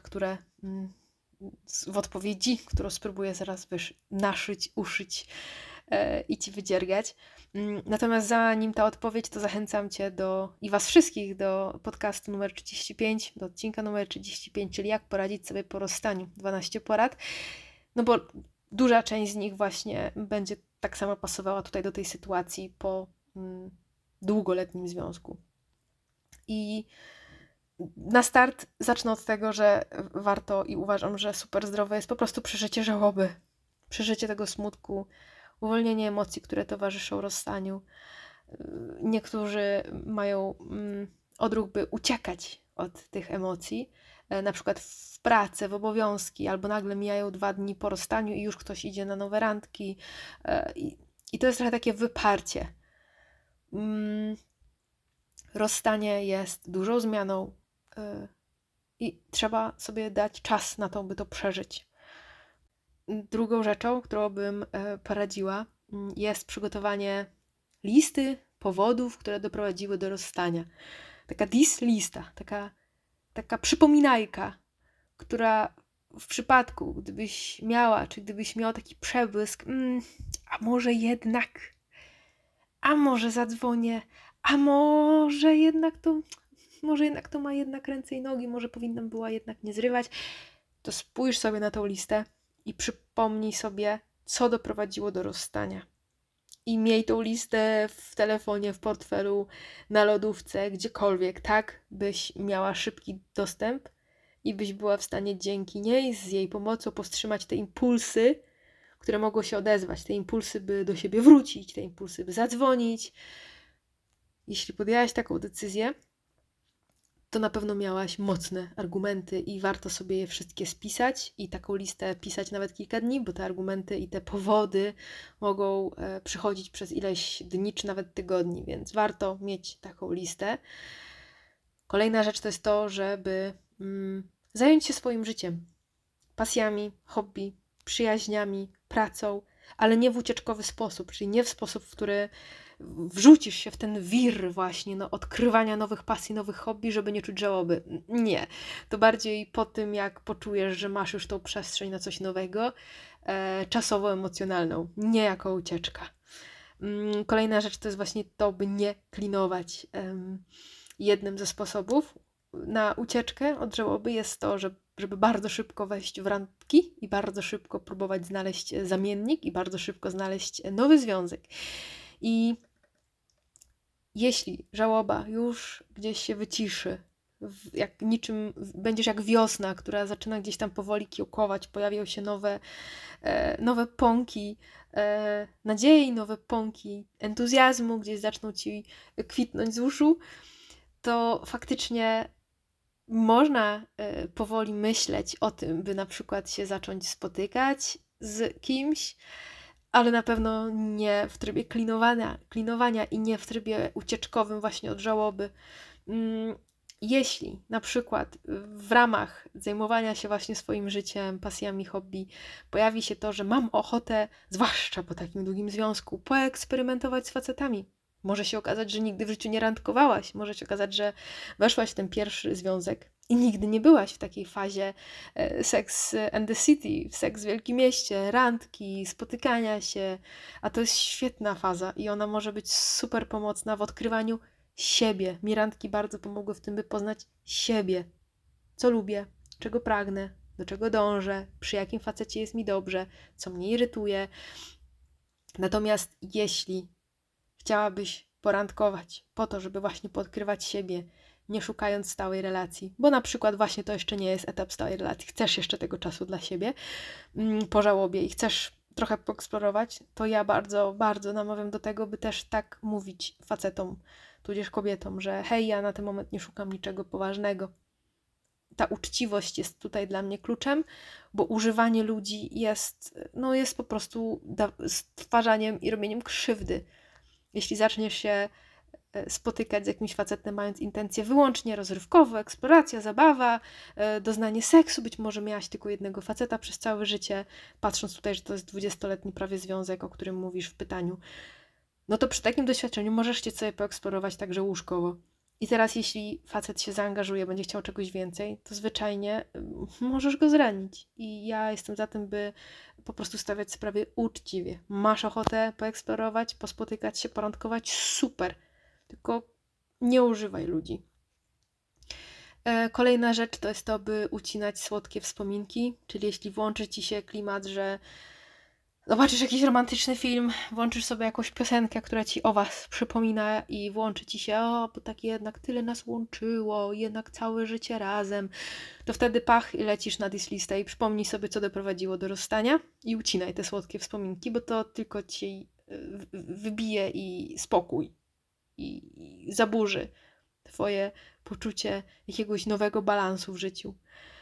którą spróbuję zaraz naszyć, uszyć i ci wydziergać. Natomiast zanim ta odpowiedź, to zachęcam cię i was wszystkich do podcastu numer 35, do odcinka numer 35, czyli jak poradzić sobie po rozstaniu, 12 porad. No bo duża część z nich właśnie będzie tak samo pasowała tutaj do tej sytuacji po długoletnim związku. I Na start zacznę od tego, że warto i uważam, że super zdrowe jest po prostu przeżycie żałoby. Przeżycie tego smutku, uwolnienie emocji, które towarzyszą rozstaniu. Niektórzy mają odruch, by uciekać od tych emocji, na przykład w pracę, w obowiązki, albo nagle mijają 2 dni po rozstaniu i już ktoś idzie na nowe randki. I to jest trochę takie wyparcie. Rozstanie jest dużą zmianą i trzeba sobie dać czas na to, by to przeżyć. Drugą rzeczą, którą bym poradziła, jest przygotowanie listy powodów, które doprowadziły do rozstania. Taka lista, taka przypominajka, która w przypadku, gdybyś miała, czy gdybyś miał taki przebłysk, a może jednak, a może zadzwonię, a może jednak to ma jednak ręce i nogi, może powinnam była jednak nie zrywać, to spójrz sobie na tą listę i przypomnij sobie, co doprowadziło do rozstania. I miej tą listę w telefonie, w portfelu, na lodówce, gdziekolwiek, tak byś miała szybki dostęp i byś była w stanie dzięki niej, z jej pomocą powstrzymać te impulsy, które mogą się odezwać, te impulsy, by do siebie wrócić, te impulsy, by zadzwonić. Jeśli podjęłaś taką decyzję, to na pewno miałaś mocne argumenty i warto sobie je wszystkie spisać i taką listę pisać nawet kilka dni, bo te argumenty i te powody mogą przychodzić przez ileś dni czy nawet tygodni, więc warto mieć taką listę. Kolejna rzecz to jest to, żeby zająć się swoim życiem, pasjami, hobby, przyjaźniami, pracą, ale nie w ucieczkowy sposób, czyli nie w sposób, w który wrzucisz się w ten wir właśnie odkrywania nowych pasji, nowych hobby, żeby nie czuć żałoby. Nie. To bardziej po tym, jak poczujesz, że masz już tą przestrzeń na coś nowego, czasowo-emocjonalną, nie jako ucieczka. Kolejna rzecz to jest właśnie to, by nie klinować. Jednym ze sposobów na ucieczkę od żałoby jest to, żeby bardzo szybko wejść w randki i bardzo szybko próbować znaleźć zamiennik i bardzo szybko znaleźć nowy związek. I jeśli żałoba już gdzieś się wyciszy, będziesz jak wiosna, która zaczyna gdzieś tam powoli kiełkować, pojawią się nowe pąki nadziei, nowe pąki entuzjazmu, gdzieś zaczną ci kwitnąć z uszu, to faktycznie można powoli myśleć o tym, by na przykład się zacząć spotykać z kimś, ale na pewno nie w trybie klinowania i nie w trybie ucieczkowym właśnie od żałoby. Jeśli na przykład w ramach zajmowania się właśnie swoim życiem, pasjami, hobby pojawi się to, że mam ochotę, zwłaszcza po takim długim związku, poeksperymentować z facetami. Może się okazać, że nigdy w życiu nie randkowałaś, może się okazać, że weszłaś w ten pierwszy związek i nigdy nie byłaś w takiej fazie Sex and the City, seks w wielkim mieście, randki, spotykania się, a to jest świetna faza i ona może być super pomocna w odkrywaniu siebie. Mi randki bardzo pomogły w tym, by poznać siebie. Co lubię, czego pragnę, do czego dążę, przy jakim facecie jest mi dobrze, co mnie irytuje. Natomiast jeśli chciałabyś porandkować po to, żeby właśnie podkrywać siebie, nie szukając stałej relacji, bo na przykład właśnie to jeszcze nie jest etap stałej relacji, chcesz jeszcze tego czasu dla siebie po żałobie i chcesz trochę poeksplorować, to ja bardzo, bardzo namawiam do tego, by też tak mówić facetom, tudzież kobietom, że hej, ja na ten moment nie szukam niczego poważnego. Ta uczciwość jest tutaj dla mnie kluczem, bo używanie ludzi jest po prostu stwarzaniem i robieniem krzywdy. Jeśli zaczniesz się spotykać z jakimś facetem, mając intencje wyłącznie rozrywkowe, eksploracja, zabawa, doznanie seksu, być może miałaś tylko jednego faceta przez całe życie, patrząc tutaj, że to jest 20-letni prawie związek, o którym mówisz w pytaniu, no to przy takim doświadczeniu możesz się sobie poeksplorować także łóżkowo. I teraz jeśli facet się zaangażuje, będzie chciał czegoś więcej, to zwyczajnie możesz go zranić. I ja jestem za tym, by po prostu stawiać sprawy uczciwie. Masz ochotę poeksplorować, pospotykać się, porandkować? Super. Tylko nie używaj ludzi. Kolejna rzecz to jest to, by ucinać słodkie wspominki, czyli jeśli włączy ci się klimat, że Zobaczysz jakiś romantyczny film, włączysz sobie jakąś piosenkę, która ci o was przypomina i włączy ci się, o, bo tak jednak tyle nas łączyło, jednak całe życie razem. To wtedy pach i lecisz na dislistę i przypomnij sobie, co doprowadziło do rozstania i ucinaj te słodkie wspominki, bo to tylko ci wybije i spokój i zaburzy twoje poczucie jakiegoś nowego balansu w życiu.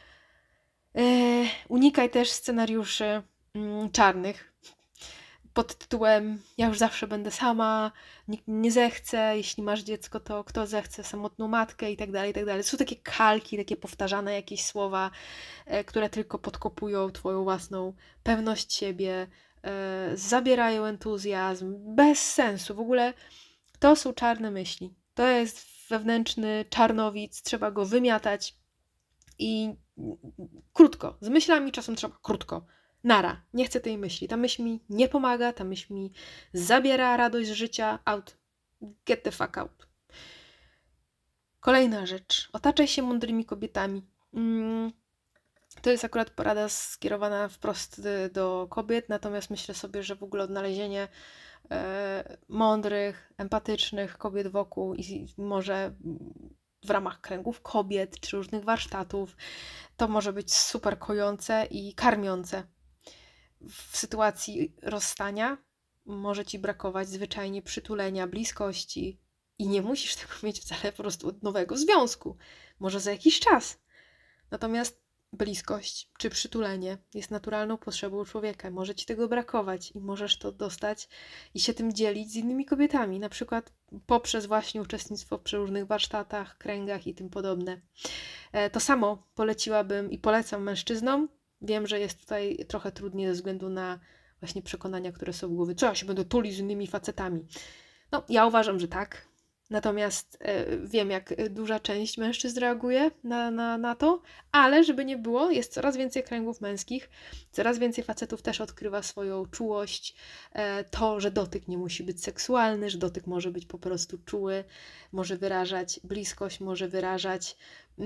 Unikaj też scenariuszy czarnych pod tytułem ja już zawsze będę sama, nikt mnie nie zechce, jeśli masz dziecko, to kto zechce samotną matkę i tak dalej, i tak dalej. Są takie kalki, takie powtarzane jakieś słowa, które tylko podkopują twoją własną pewność siebie, zabierają entuzjazm, bez sensu. W ogóle to są czarne myśli. To jest wewnętrzny czarnowic, trzeba go wymiatać i krótko. Z myślami czasem trzeba krótko. Nara, nie chcę tej myśli. Ta myśl mi nie pomaga, ta myśl mi zabiera radość z życia. Out. Get the fuck out. Kolejna rzecz. Otaczaj się mądrymi kobietami. To jest akurat porada skierowana wprost do kobiet, natomiast myślę sobie, że w ogóle odnalezienie mądrych, empatycznych kobiet wokół i może w ramach kręgów kobiet czy różnych warsztatów, to może być super kojące i karmiące. W sytuacji rozstania może ci brakować zwyczajnie przytulenia, bliskości i nie musisz tego mieć wcale po prostu od nowego związku. Może za jakiś czas. Natomiast bliskość czy przytulenie jest naturalną potrzebą człowieka. Może ci tego brakować i możesz to dostać i się tym dzielić z innymi kobietami, na przykład poprzez właśnie uczestnictwo w przeróżnych warsztatach, kręgach i tym podobne. To samo poleciłabym i polecam mężczyznom. Wiem, że jest tutaj trochę trudniej ze względu na właśnie przekonania, które są w głowie. Co, ja się będę tulić z innymi facetami? No, ja uważam, że tak. Natomiast wiem, jak duża część mężczyzn reaguje na to, ale żeby nie było, jest coraz więcej kręgów męskich, coraz więcej facetów też odkrywa swoją czułość, to, że dotyk nie musi być seksualny, że dotyk może być po prostu czuły, może wyrażać bliskość, może wyrażać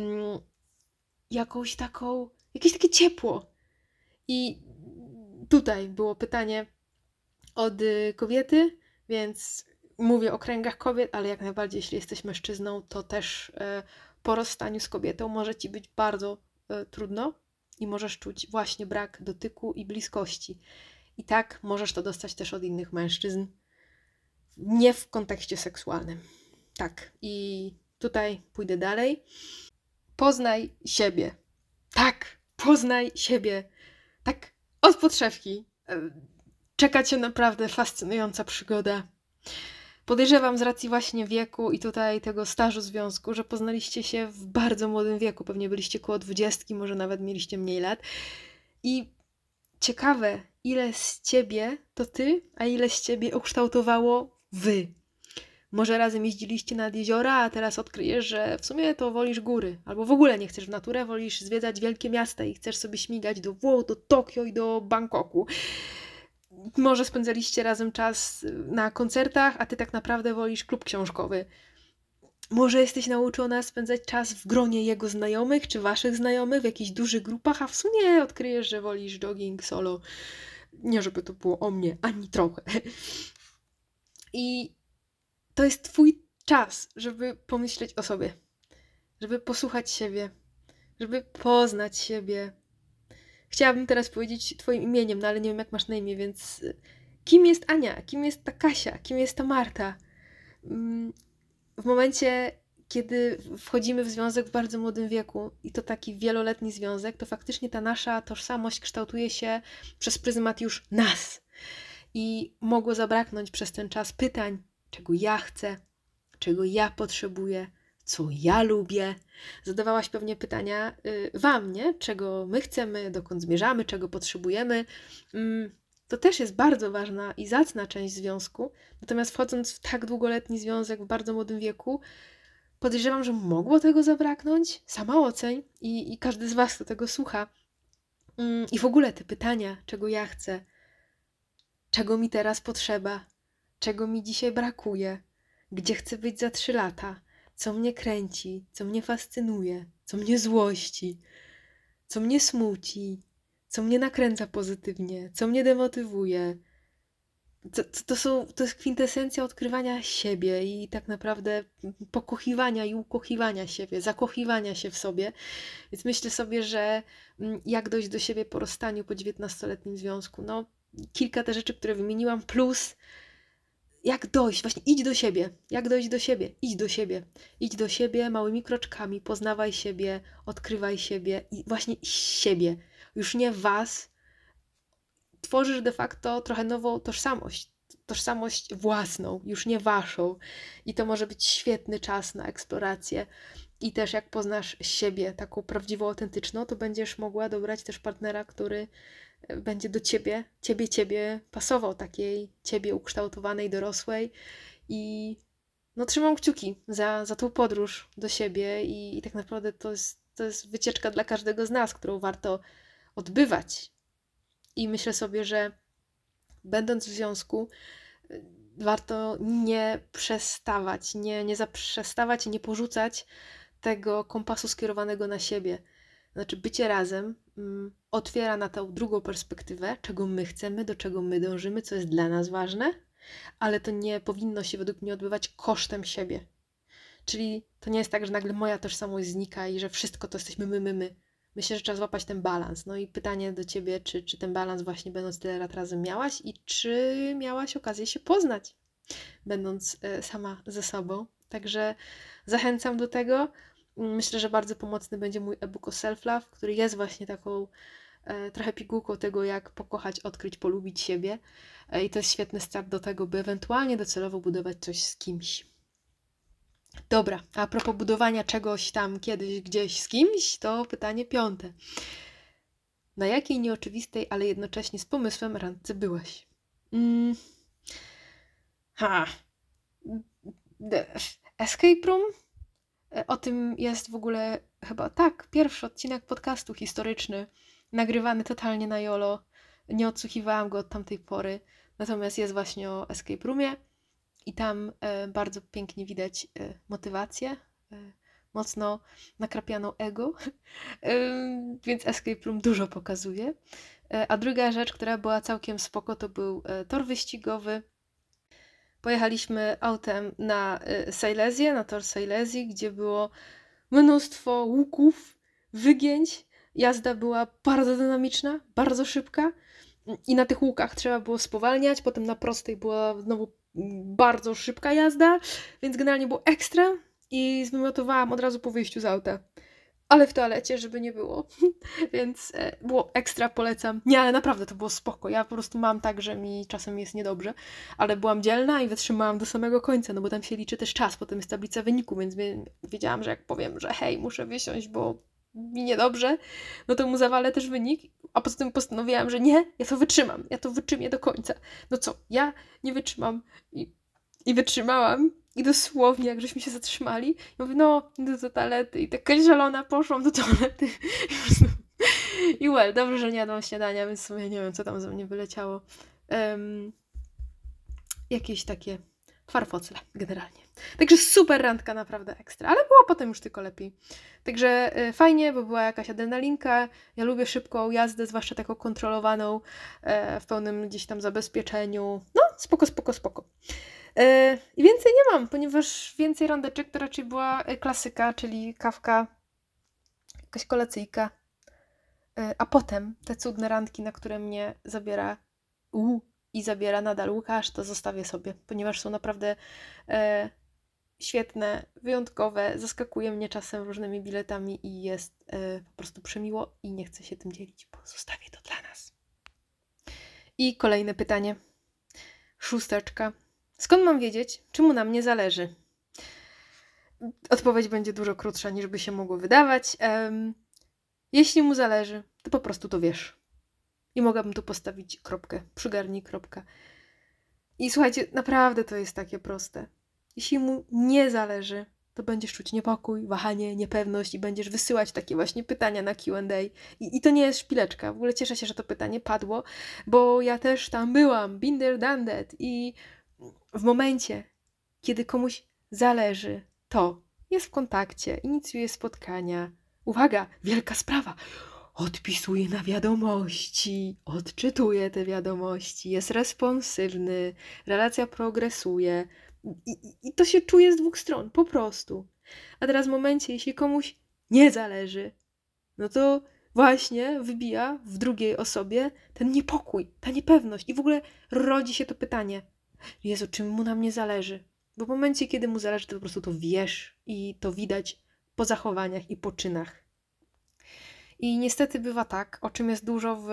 jakąś taką, jakieś takie ciepło. I tutaj było pytanie od kobiety, więc mówię o kręgach kobiet, ale jak najbardziej, jeśli jesteś mężczyzną, to też po rozstaniu z kobietą może ci być bardzo trudno i możesz czuć właśnie brak dotyku i bliskości. I tak możesz to dostać też od innych mężczyzn, nie w kontekście seksualnym. Tak, i tutaj pójdę dalej. Poznaj siebie. Tak, poznaj siebie. Tak, od podszewki. Czeka cię naprawdę fascynująca przygoda. Podejrzewam z racji właśnie wieku i tutaj tego stażu związku, że poznaliście się w bardzo młodym wieku. Pewnie byliście koło 20, może nawet mieliście mniej lat. I ciekawe, ile z ciebie to ty, a ile z ciebie ukształtowało wy. Może razem jeździliście nad jeziora, a teraz odkryjesz, że w sumie to wolisz góry. Albo w ogóle nie chcesz w naturę, wolisz zwiedzać wielkie miasta i chcesz sobie śmigać do Włoch, do Tokio i do Bangkoku. Może spędzaliście razem czas na koncertach, a ty tak naprawdę wolisz klub książkowy. Może jesteś nauczona spędzać czas w gronie jego znajomych, czy waszych znajomych, w jakichś dużych grupach, a w sumie odkryjesz, że wolisz jogging solo. Nie żeby to było o mnie, ani trochę. I to jest twój czas, żeby pomyśleć o sobie, żeby posłuchać siebie, żeby poznać siebie. Chciałabym teraz powiedzieć twoim imieniem, no ale nie wiem, jak masz na imię, więc kim jest Ania? Kim jest ta Kasia? Kim jest ta Marta? W momencie, kiedy wchodzimy w związek w bardzo młodym wieku i to taki wieloletni związek, to faktycznie ta nasza tożsamość kształtuje się przez pryzmat już nas. I mogło zabraknąć przez ten czas pytań, czego ja chcę, czego ja potrzebuję, co ja lubię. Zadawałaś pewnie pytania wam, nie? Czego my chcemy, dokąd zmierzamy, czego potrzebujemy. To też jest bardzo ważna i zacna część związku. Natomiast wchodząc w tak długoletni związek w bardzo młodym wieku, podejrzewam, że mogło tego zabraknąć. Sama oceń i każdy z was, kto tego słucha. I w ogóle te pytania, czego ja chcę, czego mi teraz potrzeba, czego mi dzisiaj brakuje, gdzie chcę być za 3 lata, co mnie kręci, co mnie fascynuje, co mnie złości, co mnie smuci, co mnie nakręca pozytywnie, co mnie demotywuje. To jest kwintesencja odkrywania siebie i tak naprawdę pokochiwania i ukochiwania siebie, zakochiwania się w sobie. Więc myślę sobie, że jak dojść do siebie po rozstaniu, po 19-letnim związku, no kilka te rzeczy, które wymieniłam, plus jak dojść, właśnie idź do siebie, jak dojść do siebie, idź do siebie małymi kroczkami, poznawaj siebie, odkrywaj siebie i właśnie siebie, już nie was, tworzysz de facto trochę nową tożsamość własną, już nie waszą i to może być świetny czas na eksplorację. I też jak poznasz siebie, taką prawdziwą, autentyczną, to będziesz mogła dobrać też partnera, który będzie do ciebie pasował, takiej ciebie ukształtowanej, dorosłej. I no trzymam kciuki za tą podróż do siebie i tak naprawdę to jest wycieczka dla każdego z nas, którą warto odbywać. I myślę sobie, że będąc w związku, warto nie przestawać, nie zaprzestawać i nie porzucać tego kompasu skierowanego na siebie. Znaczy bycie razem otwiera na tą drugą perspektywę, czego my chcemy, do czego my dążymy, co jest dla nas ważne, ale to nie powinno się według mnie odbywać kosztem siebie. Czyli to nie jest tak, że nagle moja tożsamość znika i że wszystko to jesteśmy my. Myślę, że trzeba złapać ten balans. No i pytanie do ciebie, czy ten balans właśnie będąc tyle lat razem miałaś i czy miałaś okazję się poznać, będąc sama ze sobą. Także zachęcam do tego. Myślę, że bardzo pomocny będzie mój e-book o self-love, który jest właśnie taką trochę pigułką tego, jak pokochać, odkryć, polubić siebie. I to jest świetny start do tego, by ewentualnie docelowo budować coś z kimś. Dobra, a propos budowania czegoś tam kiedyś, gdzieś z kimś, to pytanie 5. Na jakiej nieoczywistej, ale jednocześnie z pomysłem randce byłaś? Escape Room? O tym jest w ogóle chyba pierwszy odcinek podcastu historyczny, nagrywany totalnie na YOLO. Nie odsłuchiwałam go od tamtej pory, natomiast jest właśnie o Escape Roomie i tam bardzo pięknie widać motywację, mocno nakrapianą ego, więc Escape Room dużo pokazuje. A druga rzecz, która była całkiem spoko, to był tor wyścigowy. Pojechaliśmy autem na Silesię, na tor Silesii, gdzie było mnóstwo łuków, wygięć. Jazda była bardzo dynamiczna, bardzo szybka i na tych łukach trzeba było spowalniać, potem na prostej była znowu bardzo szybka jazda, więc generalnie było ekstra i zwymiotowałam od razu po wyjściu z auta. Ale w toalecie, żeby nie było. Więc było ekstra, polecam. Nie, ale naprawdę to było spoko. Ja po prostu mam tak, że mi czasem jest niedobrze, ale byłam dzielna i wytrzymałam do samego końca, no bo tam się liczy też czas, potem jest tablica wyniku, więc wiedziałam, że jak powiem, że hej, muszę wysiąść, bo mi niedobrze, no to mu zawalę też wynik, a poza tym postanowiłam, że nie, ja to wytrzymię do końca. No co, ja nie wytrzymam i wytrzymałam. I dosłownie, jak żeśmy się zatrzymali, ja mówię, no, idę do toalety. I taka zielona poszłam do toalety. I dobrze, że nie jadłam śniadania, więc w sumie nie wiem, co tam ze mnie wyleciało. Jakieś takie farfocle generalnie. Także super randka, naprawdę ekstra. Ale było potem już tylko lepiej. Także fajnie, bo była jakaś adrenalinka. Ja lubię szybką jazdę, zwłaszcza taką kontrolowaną, w pełnym gdzieś tam zabezpieczeniu. No, spoko. I więcej nie mam, ponieważ więcej randeczek to raczej była klasyka, czyli kawka, jakaś kolacyjka, a potem te cudne randki, na które mnie zabiera i zabiera nadal Łukasz, to zostawię sobie, ponieważ są naprawdę świetne, wyjątkowe, zaskakuje mnie czasem różnymi biletami i jest po prostu przemiło i nie chcę się tym dzielić, bo zostawię to dla nas. I kolejne pytanie. 6. Skąd mam wiedzieć, czy mu na mnie zależy? Odpowiedź będzie dużo krótsza, niż by się mogło wydawać. Jeśli mu zależy, to po prostu to wiesz. I mogłabym tu postawić kropkę, przygarnij kropkę. I słuchajcie, naprawdę to jest takie proste. Jeśli mu nie zależy, to będziesz czuć niepokój, wahanie, niepewność i będziesz wysyłać takie właśnie pytania na Q&A. I to nie jest szpileczka. W ogóle cieszę się, że to pytanie padło, bo ja też tam byłam, been there, done that. I w momencie, kiedy komuś zależy, to jest w kontakcie, inicjuje spotkania. Uwaga, wielka sprawa. odpisuje na wiadomości, odczytuje te wiadomości, jest responsywny, relacja progresuje i to się czuje z dwóch stron, po prostu. A teraz w momencie, jeśli komuś nie zależy, no to właśnie wybija w drugiej osobie ten niepokój, ta niepewność i w ogóle rodzi się to pytanie: Jezu, czym mu na mnie zależy? Bo w momencie, kiedy mu zależy, to po prostu to wiesz i to widać po zachowaniach i po czynach. I niestety bywa tak, o czym jest dużo w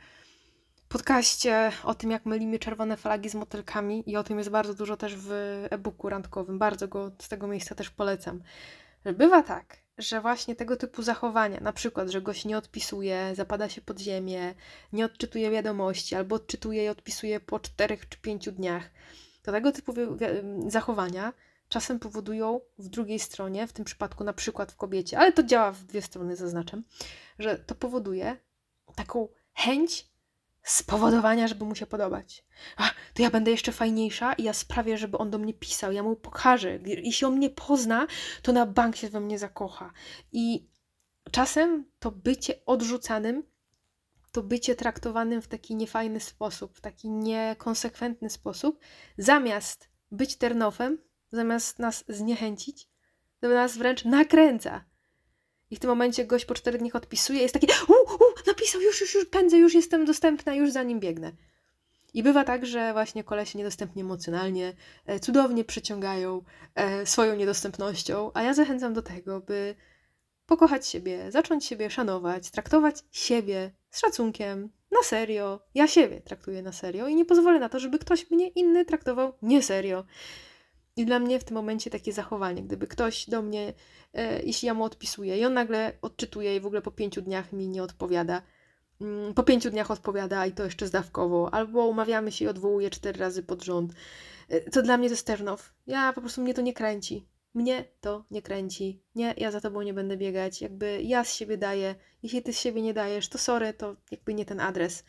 podcaście o tym, jak mylimy czerwone flagi z motylkami i o tym jest bardzo dużo też w e-booku randkowym. Bardzo go z tego miejsca też polecam. Że bywa tak, że właśnie tego typu zachowania, na przykład, że gość nie odpisuje, zapada się pod ziemię, nie odczytuje wiadomości albo odczytuje i odpisuje po 4 czy 5 dniach, to tego typu zachowania czasem powodują w drugiej stronie, w tym przypadku na przykład w kobiecie, ale to działa w dwie strony, zaznaczam, że to powoduje taką chęć spowodowania, żeby mu się podobać. To ja będę jeszcze fajniejsza i ja sprawię, żeby on do mnie pisał, ja mu pokażę. Jeśli on mnie pozna, to na bank się we mnie zakocha. I czasem to bycie odrzucanym, to bycie traktowanym w taki niefajny sposób, w taki niekonsekwentny sposób, zamiast być turn-offem, zamiast nas zniechęcić, to nas wręcz nakręca. I w tym momencie gość po 4 dniach odpisuje, jest taki: napisał, już pędzę, już jestem dostępna, już za nim biegnę. I bywa tak, że właśnie kolesie niedostępni emocjonalnie cudownie przyciągają swoją niedostępnością, a ja zachęcam do tego, by pokochać siebie, zacząć siebie szanować, traktować siebie z szacunkiem, na serio. Ja siebie traktuję na serio i nie pozwolę na to, żeby ktoś mnie inny traktował nie serio. I dla mnie w tym momencie takie zachowanie, gdyby ktoś do mnie, jeśli ja mu odpisuję i on nagle odczytuje i w ogóle po 5 dniach mi nie odpowiada, po 5 dniach odpowiada i to jeszcze zdawkowo, albo umawiamy się i odwołuje 4 razy pod rząd, to dla mnie to jest turn off. Ja po prostu, mnie to nie kręci. Mnie to nie kręci. Nie, ja za tobą nie będę biegać. Jakby ja z siebie daję. Jeśli ty z siebie nie dajesz, to sorry, to jakby nie ten adres.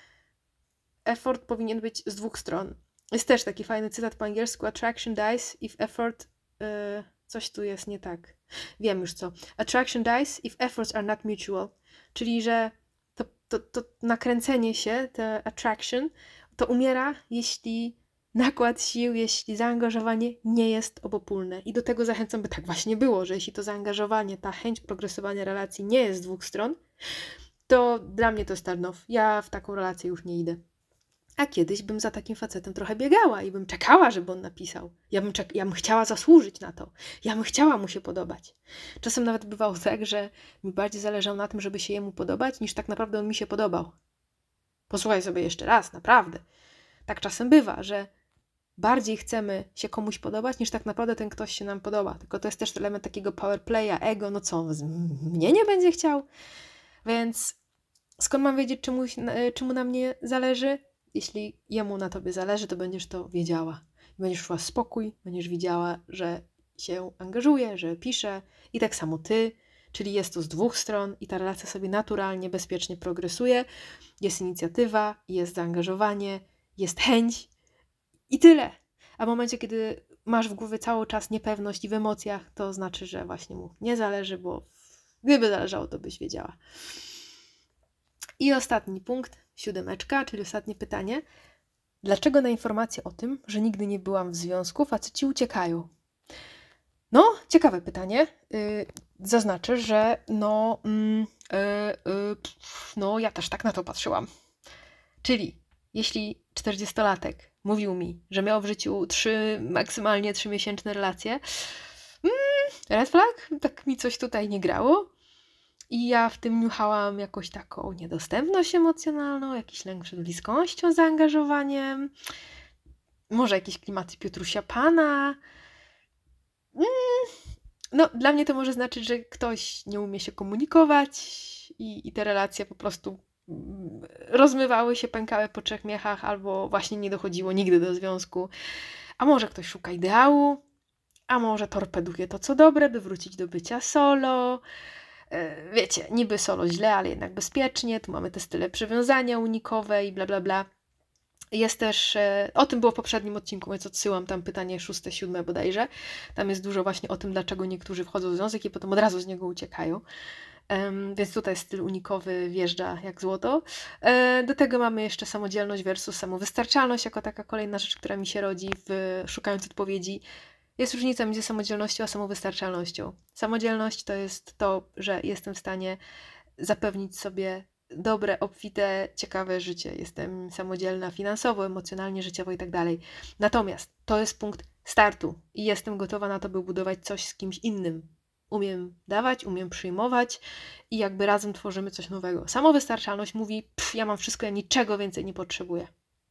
Effort powinien być z dwóch stron. Jest też taki fajny cytat po angielsku: attraction dies if effort... coś tu jest nie tak. Wiem już co. Attraction dies if efforts are not mutual. Czyli, że to nakręcenie się, te attraction, to umiera, jeśli nakład sił, jeśli zaangażowanie nie jest obopólne. I do tego zachęcam, by tak właśnie było, że jeśli to zaangażowanie, ta chęć progresowania relacji nie jest z dwóch stron, to dla mnie to jest turn off. Ja w taką relację już nie idę. A kiedyś bym za takim facetem trochę biegała i bym czekała, żeby on napisał. Ja bym chciała zasłużyć na to. Ja bym chciała mu się podobać. Czasem nawet bywało tak, że mi bardziej zależało na tym, żeby się jemu podobać, niż tak naprawdę on mi się podobał. Posłuchaj sobie jeszcze raz, naprawdę. Tak czasem bywa, że bardziej chcemy się komuś podobać, niż tak naprawdę ten ktoś się nam podoba. Tylko to jest też element takiego power playa, ego, no co, mnie nie będzie chciał? Więc skąd mam wiedzieć, czemu na mnie zależy? Jeśli jemu na tobie zależy, to będziesz to wiedziała. Będziesz czuła spokój, będziesz widziała, że się angażuje, że pisze i tak samo ty, czyli jest to z dwóch stron i ta relacja sobie naturalnie, bezpiecznie progresuje. Jest inicjatywa, jest zaangażowanie, jest chęć i tyle. A w momencie, kiedy masz w głowie cały czas niepewność i w emocjach, to znaczy, że właśnie mu nie zależy, bo gdyby zależało, to byś wiedziała. I ostatni punkt, 7, czyli ostatnie pytanie. Dlaczego na informację o tym, że nigdy nie byłam w związku, faceci uciekają? No, ciekawe pytanie. Zaznaczę, że ja też tak na to patrzyłam. Czyli jeśli 40-latek mówił mi, że miał w życiu maksymalnie 3-miesięczne relacje, red flag, tak mi coś tutaj nie grało. I ja w tym niuchałam jakąś taką niedostępność emocjonalną, jakiś lęk przed bliskością, zaangażowaniem, może jakieś klimaty Piotrusia Pana. No, dla mnie to może znaczyć, że ktoś nie umie się komunikować i te relacje po prostu rozmywały się, pękały po 3 miechach, albo właśnie nie dochodziło nigdy do związku. A może ktoś szuka ideału, a może torpeduje to, co dobre, by wrócić do bycia solo. Wiecie, niby solo źle, ale jednak bezpiecznie. Tu mamy te style przywiązania unikowe i bla, bla, bla. Jest też, o tym było w poprzednim odcinku, więc odsyłam tam pytanie 6, 7 bodajże. Tam jest dużo właśnie o tym, dlaczego niektórzy wchodzą w związek i potem od razu z niego uciekają. Więc tutaj styl unikowy wjeżdża jak złoto. Do tego mamy jeszcze samodzielność versus samowystarczalność, jako taka kolejna rzecz, która mi się rodzi szukając odpowiedzi. Jest różnica między samodzielnością a samowystarczalnością. Samodzielność to jest to, że jestem w stanie zapewnić sobie dobre, obfite, ciekawe życie. Jestem samodzielna finansowo, emocjonalnie, życiowo i tak dalej. Natomiast to jest punkt startu i jestem gotowa na to, by budować coś z kimś innym. Umiem dawać, umiem przyjmować i jakby razem tworzymy coś nowego. Samowystarczalność mówi, ja mam wszystko, ja niczego więcej nie potrzebuję.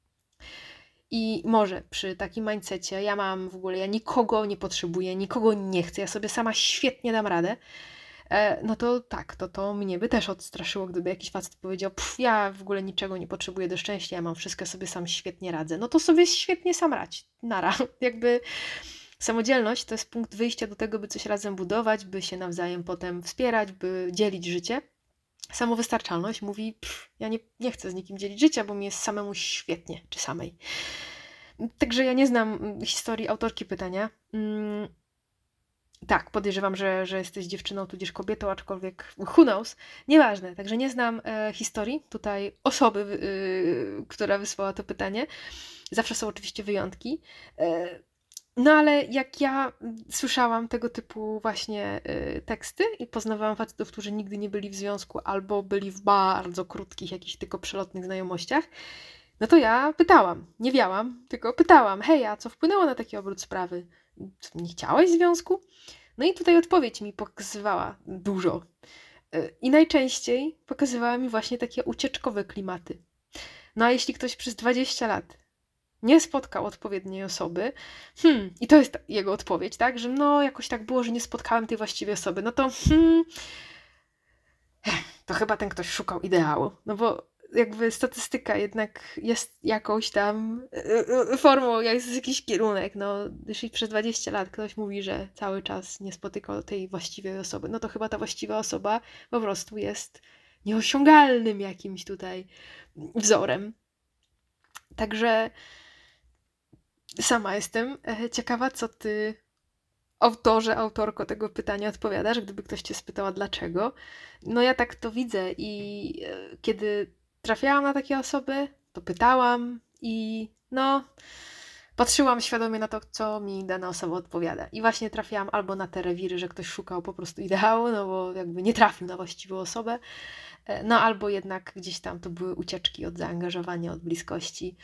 I może przy takim mindsetie ja nikogo nie potrzebuję, nikogo nie chcę, ja sobie sama świetnie dam radę, no to tak, to mnie by też odstraszyło, gdyby jakiś facet powiedział, ja w ogóle niczego nie potrzebuję do szczęścia, ja mam wszystko, sobie sam świetnie radzę. No to sobie świetnie sam radź, nara. Jakby samodzielność to jest punkt wyjścia do tego, by coś razem budować, by się nawzajem potem wspierać, by dzielić życie. Samowystarczalność mówi, ja nie chcę z nikim dzielić życia, bo mi jest samemu świetnie, czy samej. Także ja nie znam historii autorki pytania. Tak, podejrzewam, że jesteś dziewczyną, tudzież kobietą, aczkolwiek who knows, nieważne. Także nie znam historii tutaj osoby, która wysłała to pytanie. Zawsze są oczywiście wyjątki. No ale jak ja słyszałam tego typu właśnie teksty i poznawałam facetów, którzy nigdy nie byli w związku albo byli w bardzo krótkich, jakichś tylko przelotnych znajomościach, no to ja pytałam, nie wiałam, tylko pytałam, hej, a co wpłynęło na taki obrót sprawy? Nie chciałeś związku? No i tutaj odpowiedź mi pokazywała dużo. I najczęściej pokazywała mi właśnie takie ucieczkowe klimaty. No a jeśli ktoś przez 20 lat nie spotkał odpowiedniej osoby, i to jest jego odpowiedź, tak, że no jakoś tak było, że nie spotkałem tej właściwej osoby, no to to chyba ten ktoś szukał ideału, no bo jakby statystyka jednak jest jakąś tam formą, jest jakiś kierunek, no jeśli przez 20 lat ktoś mówi, że cały czas nie spotykał tej właściwej osoby, no to chyba ta właściwa osoba po prostu jest nieosiągalnym jakimś tutaj wzorem. Także sama jestem ciekawa, co ty, autorko tego pytania, odpowiadasz, gdyby ktoś cię spytała dlaczego. No ja tak to widzę i kiedy trafiałam na takie osoby, to pytałam i no patrzyłam świadomie na to, co mi dana osoba odpowiada. I właśnie trafiałam albo na te rewiry, że ktoś szukał po prostu ideału, no bo jakby nie trafił na właściwą osobę, no albo jednak gdzieś tam to były ucieczki od zaangażowania, od bliskości.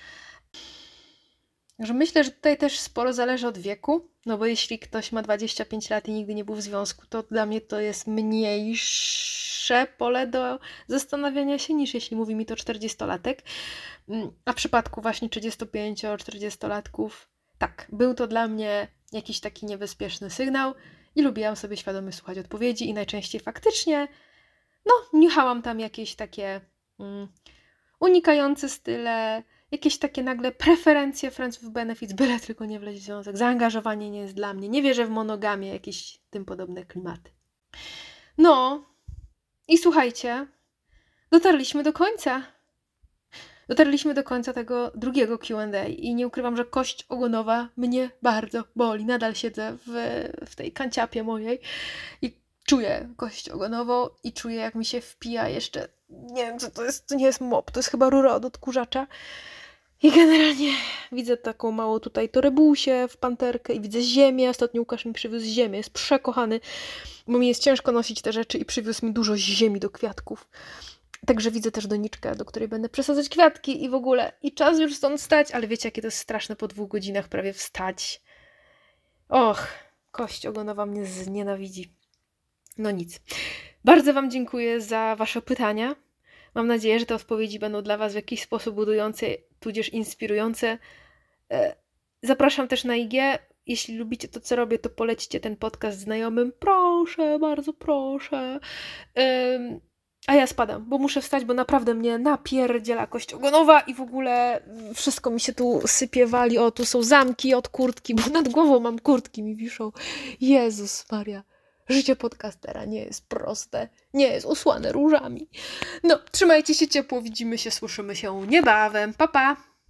Że myślę, że tutaj też sporo zależy od wieku, no bo jeśli ktoś ma 25 lat i nigdy nie był w związku, to dla mnie to jest mniejsze pole do zastanawiania się niż jeśli mówi mi to 40-latek. A w przypadku właśnie 35-40-latków, tak, był to dla mnie jakiś taki niebezpieczny sygnał i lubiłam sobie świadomie słuchać odpowiedzi i najczęściej faktycznie, niuchałam tam jakieś takie unikające style, jakieś takie nagle preferencje friends with benefits, byle tylko nie wleźć w związek, zaangażowanie nie jest dla mnie, nie wierzę w monogamię, jakieś tym podobne klimaty. No i słuchajcie, dotarliśmy do końca. Dotarliśmy do końca tego drugiego Q&A i nie ukrywam, że kość ogonowa mnie bardzo boli. Nadal siedzę w tej kanciapie mojej i czuję kość ogonową i czuję, jak mi się wpija jeszcze, nie wiem co to jest, to nie jest mop, to jest chyba rura od odkurzacza. I generalnie widzę taką małą tutaj torebusię w panterkę i widzę ziemię. Ostatnio Łukasz mi przywiózł ziemię, jest przekochany, bo mi jest ciężko nosić te rzeczy i przywiózł mi dużo ziemi do kwiatków. Także widzę też doniczkę, do której będę przesadzać kwiatki i w ogóle. I czas już stąd wstać, ale wiecie, jakie to jest straszne po 2 godzinach prawie wstać. Och, kość ogonowa mnie znienawidzi. No nic. Bardzo wam dziękuję za wasze pytania. Mam nadzieję, że te odpowiedzi będą dla was w jakiś sposób budujące, tudzież inspirujące. Zapraszam też na IG. Jeśli lubicie to, co robię, to polećcie ten podcast znajomym. Proszę, bardzo proszę. A ja spadam, bo muszę wstać, bo naprawdę mnie napierdziela kość ogonowa i w ogóle wszystko mi się tu sypie, wali. O, tu są zamki od kurtki, bo nad głową mam kurtki, mi wiszą. Jezus Maria. Życie podcastera nie jest proste, nie jest usłane różami. No, trzymajcie się ciepło, widzimy się, słyszymy się niebawem. Pa, pa!